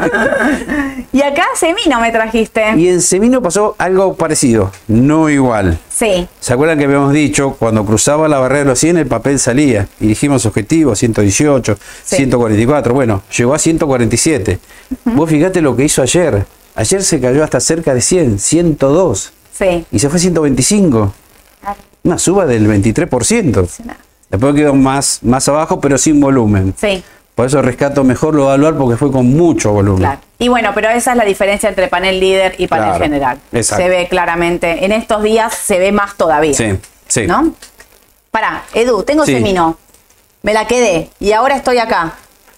Y acá Semino me trajiste. Y en Semino pasó algo parecido, no igual. Sí. ¿Se acuerdan que habíamos dicho, cuando cruzaba la barrera de los 100, el papel salía? Y dijimos objetivo, 118, Sí. 144. Bueno, llegó a 147. Vos fíjate lo que hizo ayer. Ayer se cayó hasta cerca de 100, 102. Sí. Y se fue a 125. Una suba del 23%. Sí, no. Después quedó más abajo, pero sin volumen. Sí. Por eso rescato mejor lo evaluar porque fue con mucho volumen. Claro. Y bueno, pero esa es la diferencia entre panel líder y panel Claro, general. exacto. Se ve claramente. En estos días se ve más todavía. Sí, sí. ¿No? Pará, Edu, tengo Sí. Semino. Me la quedé. Y ahora estoy acá.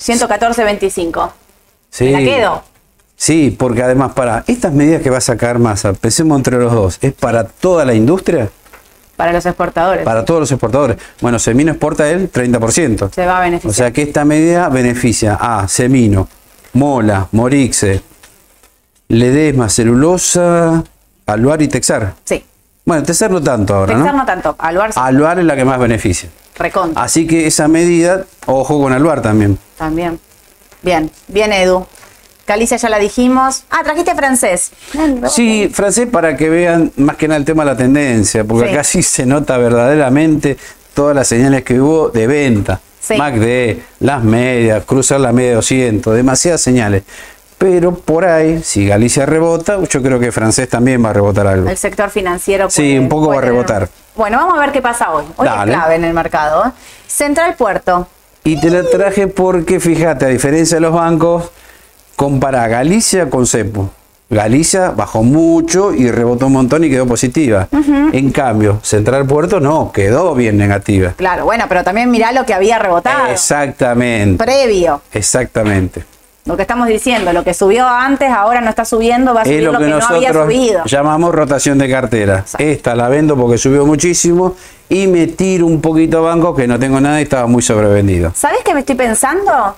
114.25. Sí. Me la quedo. Sí, porque además, para estas medidas que va a sacar Massa, pensemos entre los dos, ¿es para toda la industria? Para los exportadores. Para todos los exportadores. Bueno, Semino exporta el 30%. Se va a beneficiar. O sea que esta medida beneficia a Semino, Mola, Morixe, Ledesma, Celulosa, Aluar y Texar. Sí. Bueno, Texar no tanto ahora, Texar ¿no? no tanto. Aluar sí. Aluar es la que más beneficia. Recontra. Así que esa medida, ojo con Aluar también. También. Bien. Bien, Edu. Galicia ya la dijimos. Ah, trajiste francés. Sí, francés para que vean más que nada el tema de la tendencia, porque Sí. acá sí se nota verdaderamente todas las señales que hubo de venta. Sí. MACD, las medias, cruzar la media de 200, demasiadas señales. Pero por ahí, si Galicia rebota, yo creo que francés también va a rebotar algo. El sector financiero Sí, un poco va a tener- rebotar. Bueno, vamos a ver qué pasa hoy. Hoy Dale. es clave en el mercado. Central Puerto. Y te la traje porque, fíjate, a diferencia de los bancos, compara Galicia con Cepu. Galicia bajó mucho y rebotó un montón y quedó positiva. En cambio, Central Puerto no, quedó bien negativa. Claro, bueno, pero también mirá lo que había rebotado. Exactamente, Previo. exactamente. Lo que estamos diciendo, lo que subió antes, ahora no está subiendo, va a Es subir lo que no había nosotros subido. llamamos rotación de cartera. Exacto. Esta la vendo porque subió muchísimo y me tiro un poquito a banco que no tengo nada y estaba muy sobrevendido. ¿Sabés qué me estoy pensando?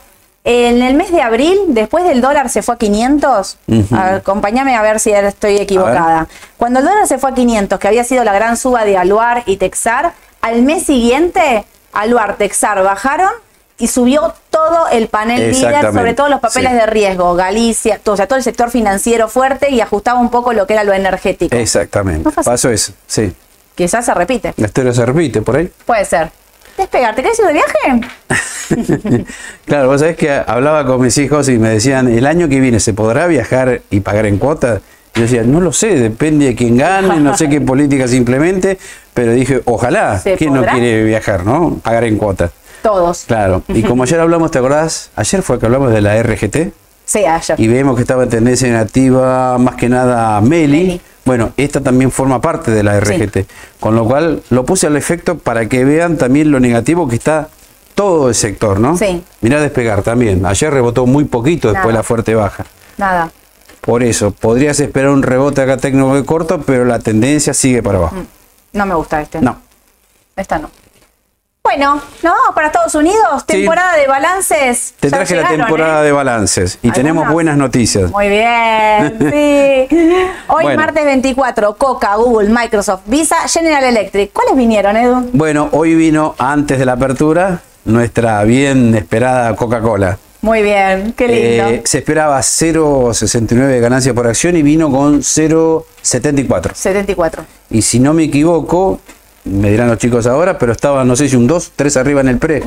En el mes de abril, después del dólar se fue a 500, acompáñame a ver si estoy equivocada. Cuando el dólar se fue a 500, que había sido la gran suba de Aluar y Texar, al mes siguiente, Aluar, Texar bajaron y subió todo el panel líder, sobre todo los papeles de riesgo, Galicia, todo, o sea, todo el sector financiero fuerte y ajustaba un poco lo que era lo energético. Exactamente. ¿No pasó eso? Sí. Quizás se repite. La historia se repite por ahí. Puede ser. Despegar, ¿te querés ir de viaje? Claro, vos sabés que hablaba con mis hijos y me decían, el año que viene, ¿se podrá viajar y pagar en cuotas? Yo decía, no lo sé, depende de quién gane, no sé qué política se implemente, pero dije, ojalá, ¿quién no quiere viajar, no? Pagar en cuotas. Todos. Claro, y como ayer hablamos, ¿te acordás? Ayer fue que hablamos de la RGT. Sí, ayer. Y vemos que estaba en tendencia negativa, más que nada Meli. Bueno, esta también forma parte de la RGT, sí. Con lo cual lo puse al efecto para que vean también lo negativo que está todo el sector, ¿no? Sí. Mirá Despegar también. Ayer rebotó muy poquito después de la fuerte baja. Nada. Por eso, podrías esperar un rebote acá técnico de corto, pero la tendencia sigue para abajo. No me gusta este. No. Esta no. Bueno, ¿no? Para Estados Unidos, temporada de balances. Te traje la temporada de balances y tenemos buenas noticias. Muy bien, sí. Hoy martes 24, Coca, Google, Microsoft, Visa, General Electric. ¿Cuáles vinieron, Edu? Bueno, hoy vino antes de la apertura nuestra bien esperada Coca-Cola. Muy bien, qué lindo. Se esperaba 0,69 de ganancia por acción y vino con 0,74. 74. Y si no me equivoco, me dirán los chicos ahora, pero estaba, no sé si un 2, 3 arriba en el pre.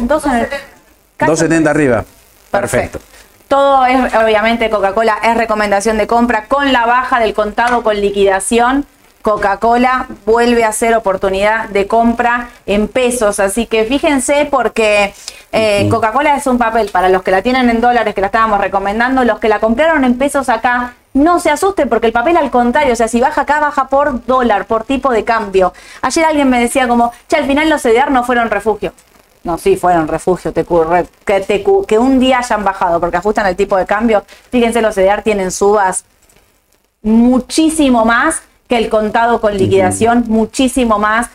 2,70 arriba. Perfecto. Todo es, obviamente, Coca-Cola es recomendación de compra. Con la baja del contado con liquidación, Coca-Cola vuelve a ser oportunidad de compra en pesos. Así que fíjense porque Coca-Cola es un papel para los que la tienen en dólares, que la estábamos recomendando. Los que la compraron en pesos acá, no se asusten porque el papel al contrario, o sea, si baja acá, baja por dólar, por tipo de cambio. Ayer alguien me decía como, che, al final los CDR no fueron refugio. No, sí, fueron refugio, que un día hayan bajado porque ajustan el tipo de cambio. Fíjense, los CDR tienen subas muchísimo más que el contado con liquidación, muchísimo más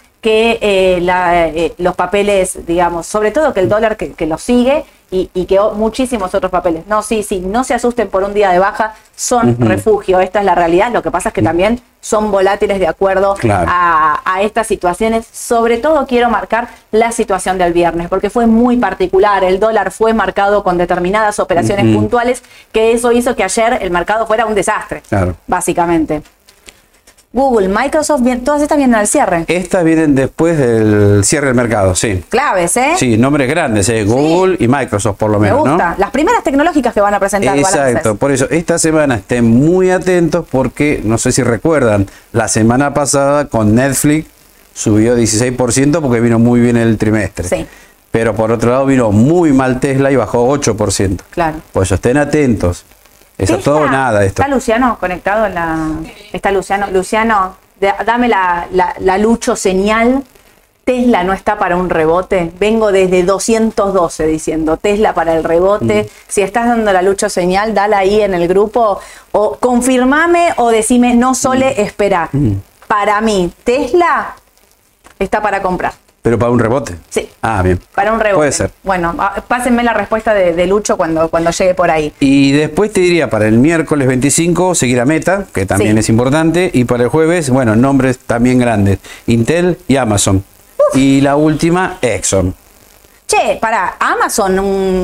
que los papeles, digamos, sobre todo que el dólar que lo sigue y que muchísimos otros papeles. No, sí, no se asusten por un día de baja, son refugio, esta es la realidad. Lo que pasa es que también son volátiles de acuerdo a estas situaciones. Sobre todo quiero marcar la situación del viernes, porque fue muy particular. El dólar fue marcado con determinadas operaciones puntuales, que eso hizo que ayer el mercado fuera un desastre, básicamente. Google, Microsoft, todas estas vienen al cierre. Estas vienen después del cierre del mercado, sí. Claves, ¿eh? Sí, nombres grandes, Google y Microsoft por lo menos, me gusta. ¿no? Las primeras tecnológicas que van a presentar. Exacto, balances. Por eso esta semana estén muy atentos porque, no sé si recuerdan, la semana pasada con Netflix subió 16% porque vino muy bien el trimestre. Sí. Pero por otro lado vino muy mal Tesla y bajó 8%. Claro. Por eso estén atentos. Eso todo o nada esto. ¿Está Luciano conectado en la...? Está Luciano. Luciano, dame la Lucho señal. Tesla no está para un rebote. Vengo desde 212 diciendo Tesla para el rebote. Si estás dando la Lucho señal, dala ahí en el grupo. O confirmame o decime no sole, espera. Para mí, Tesla está para comprar. ¿Pero para un rebote? Sí. Ah, bien. Para un rebote. Puede ser. Bueno, pásenme la respuesta de Lucho cuando llegue por ahí. Y después te diría, para el miércoles 25, seguir a Meta, que también es importante. Y para el jueves, bueno, nombres también grandes. Intel y Amazon. Uf. Y la última, Exxon. Che, para Amazon,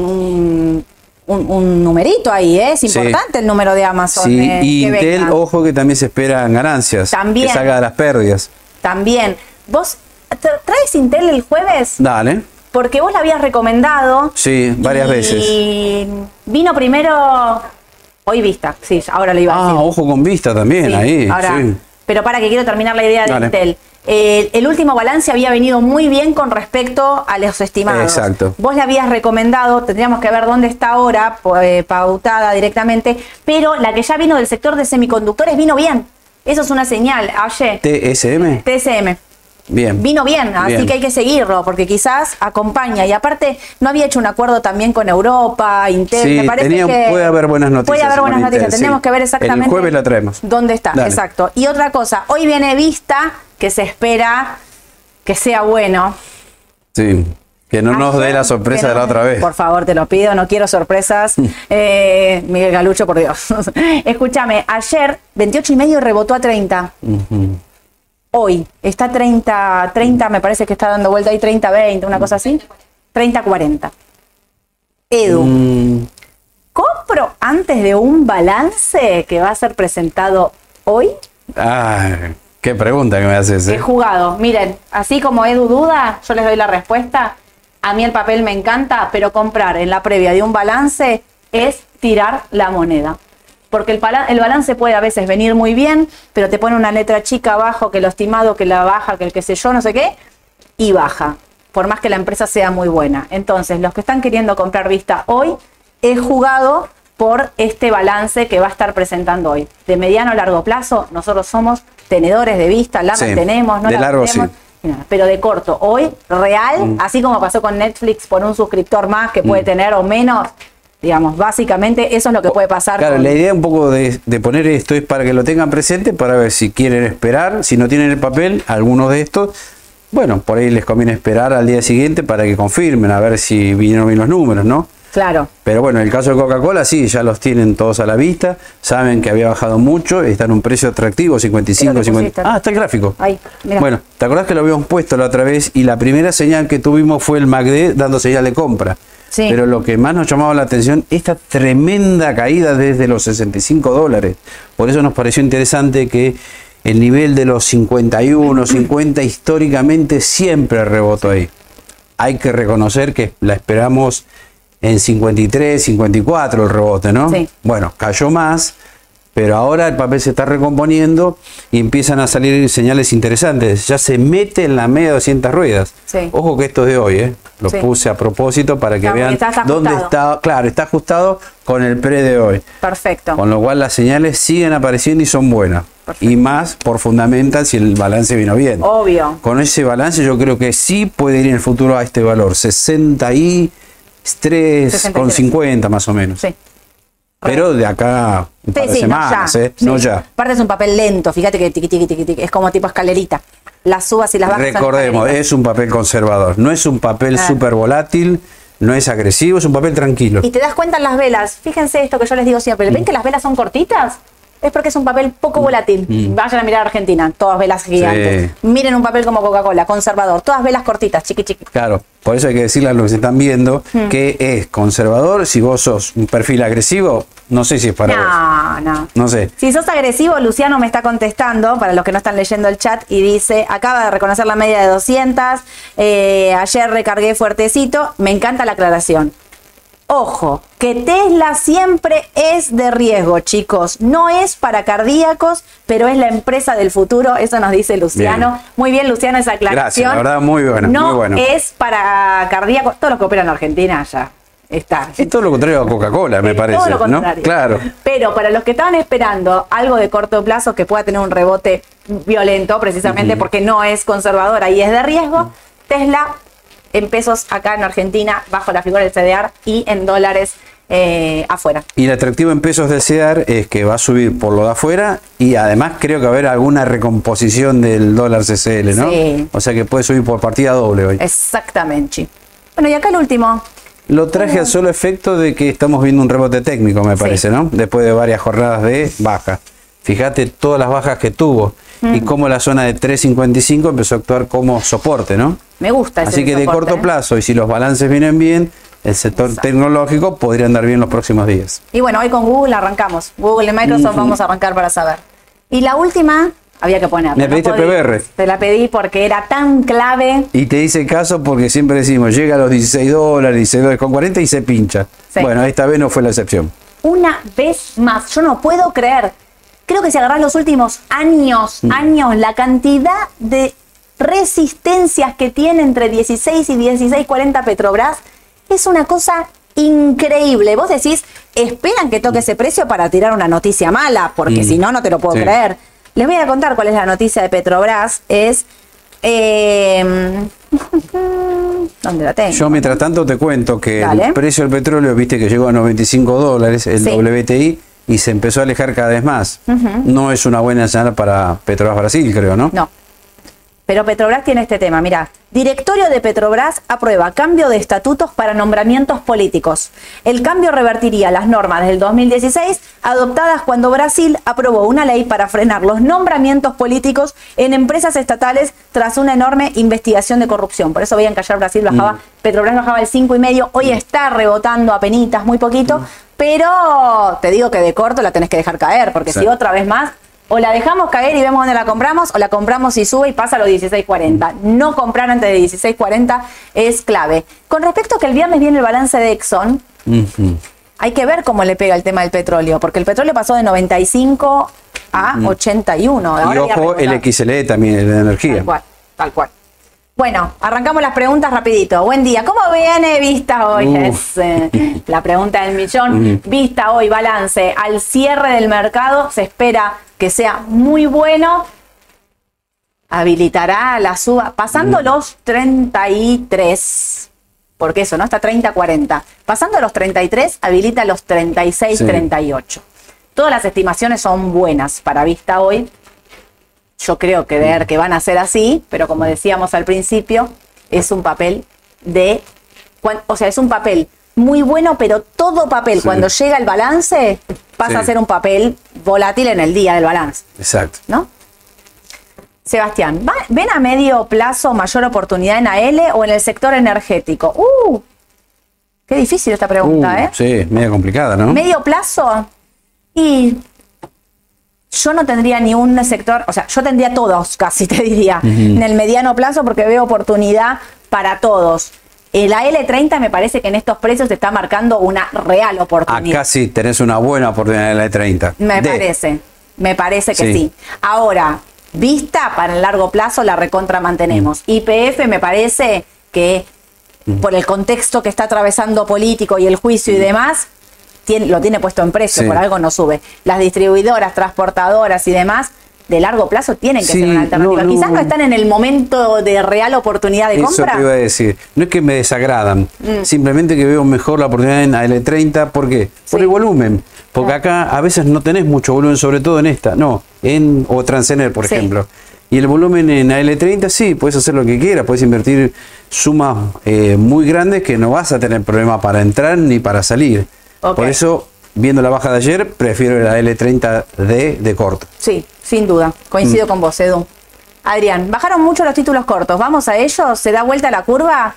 un numerito ahí, ¿eh? Es importante el número de Amazon. Sí, y Intel, ojo que también se esperan ganancias. También. Que salga de las pérdidas. También. ¿Vos traes Intel el jueves? Dale. Porque vos la habías recomendado. Sí, varias veces. Y vino primero hoy Vista. Sí, ahora lo iba a decir. Ah, ojo con Vista también, sí, ahí. Ahora, sí. Pero para que quiero terminar la idea de Dale. Intel. El último balance había venido muy bien con respecto a los estimados. Exacto. Vos le habías recomendado, tendríamos que ver dónde está ahora, pautada directamente, pero la que ya vino del sector de semiconductores vino bien. Eso es una señal. Ayer. ¿TSM? TSM. Bien. Vino bien, así que hay que seguirlo, porque quizás acompaña. Y aparte, no había hecho un acuerdo también con Europa, Intel. Sí, me parece que puede haber buenas noticias. Puede haber buenas noticias. Tendríamos que ver exactamente. El jueves la traemos. ¿Dónde está? Dale. Exacto. Y otra cosa, hoy viene Vista, que se espera que sea bueno. Sí. Que no nos dé la sorpresa de la otra vez. Por favor, te lo pido, no quiero sorpresas. Miguel Galucho, por Dios. Escúchame, ayer 28,5 rebotó a 30. Hoy está 30, me parece que está dando vuelta ahí 30-20, una cosa así. 30-40. Edu, ¿compro antes de un balance que va a ser presentado hoy? Qué pregunta que me haces. He jugado. Miren, así como Edu duda, yo les doy la respuesta. A mí el papel me encanta, pero comprar en la previa de un balance es tirar la moneda. Porque el balance puede a veces venir muy bien, pero te pone una letra chica abajo, que lo estimado, que la baja, que el qué sé yo, no sé qué, y baja, por más que la empresa sea muy buena. Entonces, los que están queriendo comprar Vista hoy, he jugado por este balance que va a estar presentando hoy. De mediano a largo plazo, nosotros somos tenedores de Vista, la mantenemos, no de la largo vendemos. sí. Pero de corto, hoy, real, así como pasó con Netflix por un suscriptor más que puede tener o menos, digamos, básicamente eso es lo que puede pasar. Claro, la idea un poco de poner esto es para que lo tengan presente, para ver si quieren esperar, si no tienen el papel, algunos de estos, bueno, por ahí les conviene esperar al día siguiente para que confirmen, a ver si vinieron bien los números, ¿no? Claro. Pero bueno, en el caso de Coca-Cola, sí, ya los tienen todos a la vista, saben que había bajado mucho, está en un precio atractivo, 55, 50. Está el gráfico. Ahí, mirá. Bueno, ¿te acordás que lo habíamos puesto la otra vez y la primera señal que tuvimos fue el MACD dando señal de compra? Sí. Pero lo que más nos llamaba la atención, esta tremenda caída desde los $65. Por eso nos pareció interesante que el nivel de los 51, 50 históricamente siempre rebotó ahí. Hay que reconocer que la esperamos en 53, 54 el rebote, ¿no? Sí. Bueno, cayó más, pero ahora el papel se está recomponiendo y empiezan a salir señales interesantes. Ya se mete en la media de 200 ruedas. Sí. Ojo que esto es de hoy, ¿eh? Lo puse a propósito para que vean dónde está. Claro, está ajustado con el pre de hoy. Perfecto. Con lo cual las señales siguen apareciendo y son buenas. Perfecto. Y más por fundamental si el balance vino bien. Obvio. Con ese balance yo creo que sí puede ir en el futuro a este valor, 63,50 más o menos. Sí. Pero de acá un par de semanas, no ya. No ya. Aparte es un papel lento, fíjate que tiqui, tiqui, tiqui, tiqui, es como tipo escalerita. Las subas y las bajas. Recordemos, es un papel conservador, no es un papel súper volátil, no es agresivo, es un papel tranquilo. Y te das cuenta en las velas, fíjense esto que yo les digo siempre, ¿ven que las velas son cortitas? Es porque es un papel poco volátil. Vayan a mirar a Argentina, todas velas gigantes. Sí. Miren un papel como Coca-Cola, conservador, todas velas cortitas, chiqui chiqui. Claro, por eso hay que decirle a los que se están viendo que es conservador. Si vos sos un perfil agresivo, no sé si es para vos. No sé. Si sos agresivo, Luciano me está contestando, para los que no están leyendo el chat, y dice, acaba de reconocer la media de 200, ayer recargué fuertecito, me encanta la aclaración. Ojo, que Tesla siempre es de riesgo, chicos. No es para cardíacos, pero es la empresa del futuro. Eso nos dice Luciano. Bien. Muy bien, Luciano, esa aclaración. Gracias, la verdad, muy bueno. No muy bueno. Es para cardíacos. Todos los que operan en Argentina ya está. Es todo lo contrario a Coca-Cola, me parece. Todo lo contrario. ¿No? Claro. Pero para los que estaban esperando algo de corto plazo que pueda tener un rebote violento, precisamente porque no es conservadora y es de riesgo, Tesla en pesos acá en Argentina bajo la figura del CDR y en dólares afuera. Y el atractivo en pesos del CDR es que va a subir por lo de afuera y además creo que va a haber alguna recomposición del dólar CCL, ¿no? Sí. O sea que puede subir por partida doble hoy. Exactamente. Bueno, y acá el último. Lo traje al solo efecto de que estamos viendo un rebote técnico, me parece, ¿no? Después de varias jornadas de baja. Fíjate todas las bajas que tuvo y cómo la zona de 3.55 empezó a actuar como soporte, ¿no? Me gusta ese Así que soporte, de corto plazo, y si los balances vienen bien, el sector tecnológico podría andar bien los próximos días. Y bueno, hoy con Google arrancamos. Google y Microsoft vamos a arrancar para saber. Y la última, había que ponerla. Me pediste PBR. Te la pedí porque era tan clave. Y te hice caso porque siempre decimos, llega a los $16, $16.40 y se pincha. Sí. Bueno, esta vez no fue la excepción. Una vez más, yo no puedo creer. Creo que si agarrás los últimos años, la cantidad de resistencias que tiene entre 16 y 16.40 Petrobras es una cosa increíble. Vos decís, esperan que toque ese precio para tirar una noticia mala, porque si no, no te lo puedo creer. Les voy a contar cuál es la noticia de Petrobras. Es... ¿dónde la tengo? Yo mientras tanto te cuento que el precio del petróleo, viste que llegó a $95, el WTI, y se empezó a alejar cada vez más. No es una buena señal para Petrobras Brasil, creo, ¿no? No. Pero Petrobras tiene este tema, mirá, Directorio de Petrobras aprueba cambio de estatutos para nombramientos políticos. El cambio revertiría las normas del 2016 adoptadas cuando Brasil aprobó una ley para frenar los nombramientos políticos en empresas estatales tras una enorme investigación de corrupción. Por eso veían que ayer Brasil bajaba, Petrobras bajaba el 5,5, hoy está rebotando a penitas, muy poquito, pero te digo que de corto la tenés que dejar caer, porque si otra vez más, o la dejamos caer y vemos dónde la compramos, o la compramos y sube y pasa a los 16.40. No comprar antes de 16.40 es clave. Con respecto a que el viernes viene el balance de Exxon, hay que ver cómo le pega el tema del petróleo, porque el petróleo pasó de 95 a 81. Ahora y ojo, el XLE también, el de energía. Tal cual, tal cual. Bueno, arrancamos las preguntas rapidito. Buen día. ¿Cómo viene vista hoy? Es la pregunta del millón. Vista hoy, balance. Al cierre del mercado se espera que sea muy bueno. Habilitará la suba, pasando los 33. Porque eso, ¿no? Está 30-40. Pasando los 33, habilita los 36-38. Todas las estimaciones son buenas para vista hoy. Yo creo que van a ser así, pero como decíamos al principio, es un papel es un papel muy bueno, pero todo papel cuando llega el balance pasa a ser un papel volátil en el día del balance. Exacto. ¿No? Sebastián, ¿ven a medio plazo mayor oportunidad en AL o en el sector energético? Qué difícil esta pregunta, ¿eh? Sí, media complicada, ¿no? ¿Medio plazo? Y yo no tendría ni un sector, o sea, yo tendría todos, casi te diría, en el mediano plazo, porque veo oportunidad para todos. El AL30 me parece que en estos precios te está marcando una real oportunidad. Acá sí tenés una buena oportunidad en el AL30. Me parece que sí. Ahora, vista para el largo plazo la recontra mantenemos. YPF me parece que por el contexto que está atravesando político y el juicio y demás, lo tiene puesto en precio, por algo no sube. Las distribuidoras, transportadoras y demás, de largo plazo tienen que ser una alternativa. Quizás no están en el momento de real oportunidad de compra. Eso te iba a decir. No es que me desagradan, simplemente que veo mejor la oportunidad en AL30. ¿Por qué? Por el volumen. Porque acá a veces no tenés mucho volumen, sobre todo en esta. O Transener, por ejemplo. Y el volumen en AL30, sí, puedes hacer lo que quieras. Puedes invertir sumas muy grandes que no vas a tener problema para entrar ni para salir. Por eso, viendo la baja de ayer, prefiero la L30D de corto. Sí, sin duda. Coincido con vos, Edu. Adrián, bajaron mucho los títulos cortos. ¿Vamos a ellos? ¿Se da vuelta la curva?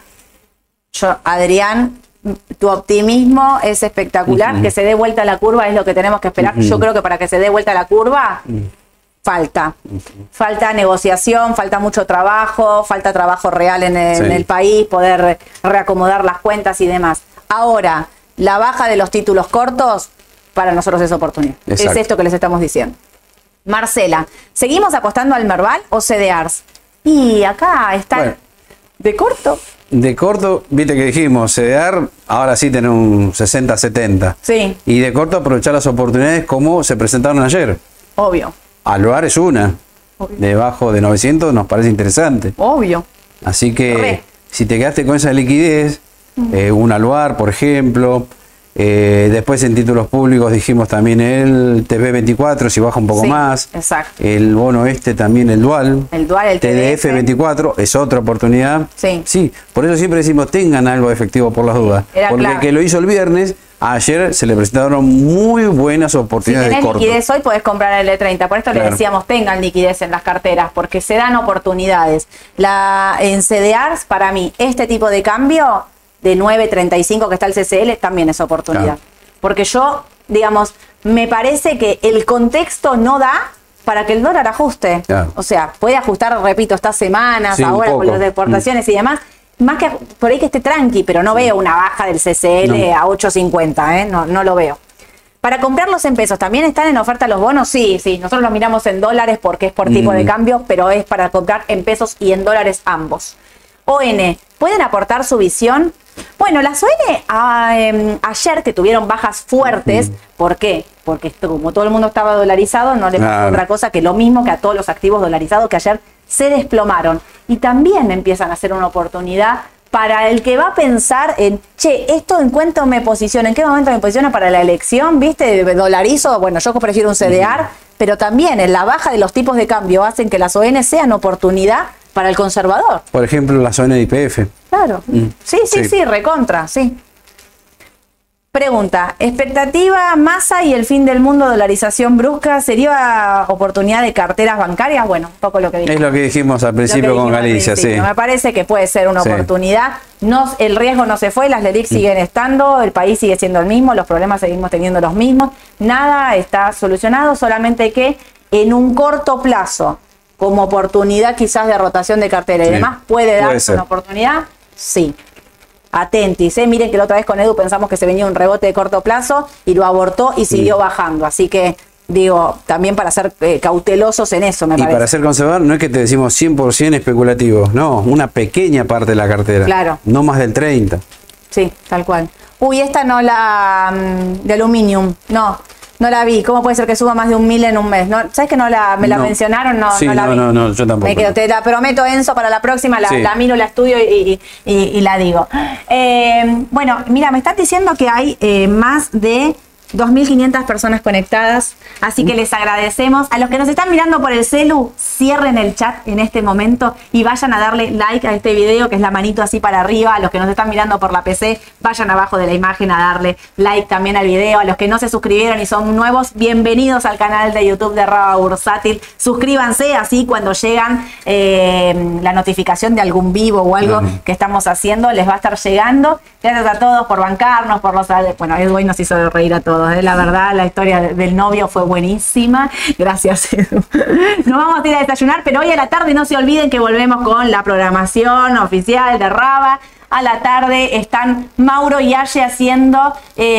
Adrián, tu optimismo es espectacular. Que se dé vuelta la curva es lo que tenemos que esperar. Yo creo que para que se dé vuelta la curva, falta negociación, falta mucho trabajo, falta trabajo real en el país, poder reacomodar las cuentas y demás. Ahora, la baja de los títulos cortos, para nosotros es oportunidad. Exacto. Es esto que les estamos diciendo. Marcela, ¿seguimos apostando al Merval o CDRs? Y acá está de corto. De corto, viste que dijimos, CDR, ahora sí tener un 60-70. Sí. Y de corto aprovechar las oportunidades como se presentaron ayer. Obvio. Aluar es una. Obvio. Debajo de 900 nos parece interesante. Obvio. Así que si te quedaste con esa liquidez, un Aluar, por ejemplo. Después en títulos públicos dijimos también el TP24, si baja un poco más. Exacto. El bono también, el Dual. El TDF24 es otra oportunidad. Sí, por eso siempre decimos tengan algo de efectivo por las dudas. Porque el que lo hizo el viernes, ayer se le presentaron muy buenas oportunidades de corto. Si tenés liquidez hoy, podés comprar el E30. Por esto le decíamos, tengan liquidez en las carteras, porque se dan oportunidades. En CDRs, para mí, este tipo de cambio de 9.35 que está el CCL también es oportunidad. Porque digamos, me parece que el contexto no da para que el dólar ajuste. O sea, puede ajustar, repito, estas semanas, ahora con las deportaciones y demás. Más que por ahí que esté tranqui, pero no veo una baja del CCL a 8.50, no lo veo. Para comprarlos en pesos, ¿también están en oferta los bonos? Sí, nosotros los miramos en dólares porque es por tipo de cambio, pero es para comprar en pesos y en dólares ambos. ON, ¿pueden aportar su visión? Bueno, las ON ayer que tuvieron bajas fuertes, ¿por qué? Porque como todo el mundo estaba dolarizado, no le pasó otra cosa que lo mismo que a todos los activos dolarizados que ayer se desplomaron. Y también empiezan a ser una oportunidad para el que va a pensar en, ¿esto en cuánto me posiciona? ¿En qué momento me posiciona para la elección? ¿Viste? ¿Dolarizo? Bueno, yo prefiero un CDR, pero también en la baja de los tipos de cambio hacen que las ON sean oportunidad para el conservador. Por ejemplo, la zona de YPF. Claro. Sí, recontra, sí. Pregunta, expectativa, Massa y el fin del mundo, dolarización brusca, ¿sería oportunidad de carteras bancarias? Bueno, un poco lo que dijimos. Es lo que dijimos al principio con Galicia, sí. Me parece que puede ser una oportunidad. No, el riesgo no se fue, las LELIQ siguen estando, el país sigue siendo el mismo, los problemas seguimos teniendo los mismos, nada está solucionado, solamente que en un corto plazo, como oportunidad quizás de rotación de cartera y demás, ¿puede darse una oportunidad? Sí. Atentis, miren que la otra vez con Edu pensamos que se venía un rebote de corto plazo y lo abortó y siguió bajando, así que digo, también para ser cautelosos en eso, me parece. Y para ser conservador no es que te decimos 100% especulativos, no, una pequeña parte de la cartera, claro, no más del 30%. Sí, tal cual. Uy, esta no la de Aluminium, no la vi. ¿Cómo puede ser que suba más de 1.000 en un mes? ¿No? ¿Sabes que me la mencionaron? No la vi. No, yo tampoco. Te la prometo, Enzo, para la próxima la miro, la estudio y la digo. Bueno, mira, me están diciendo que hay más de 2.500 personas conectadas, así que les agradecemos. A los que nos están mirando por el celu, cierren el chat en este momento y vayan a darle like a este video, que es la manito así para arriba. A los que nos están mirando por la PC, vayan abajo de la imagen a darle like también al video. A los que no se suscribieron y son nuevos, bienvenidos al canal de YouTube de Raba Bursátil. Suscríbanse, así cuando llegan la notificación de algún vivo o algo que estamos haciendo, les va a estar llegando. Gracias a todos por bancarnos, por los... Bueno, Edu nos hizo reír a todos. La verdad, la historia del novio fue buenísima. Gracias, Edu. Nos vamos a ir a desayunar, pero hoy a la tarde no se olviden que volvemos con la programación oficial de Raba. A la tarde están Mauro y Aye haciendo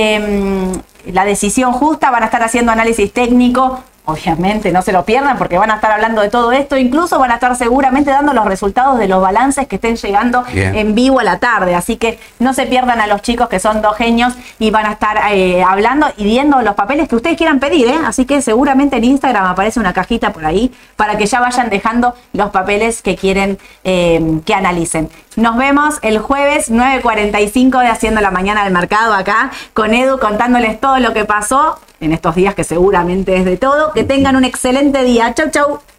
la decisión justa. Van a estar haciendo análisis técnico. Obviamente no se lo pierdan porque van a estar hablando de todo esto, incluso van a estar seguramente dando los resultados de los balances que estén llegando en vivo a la tarde, así que no se pierdan a los chicos que son 2 genios y van a estar hablando y viendo los papeles que ustedes quieran pedir, así que seguramente en Instagram aparece una cajita por ahí para que ya vayan dejando los papeles que quieren que analicen. Nos vemos el jueves 9:45 de Haciendo la Mañana del Mercado acá con Edu contándoles todo lo que pasó en estos días, que seguramente es de todo. Que tengan un excelente día. Chau, chau.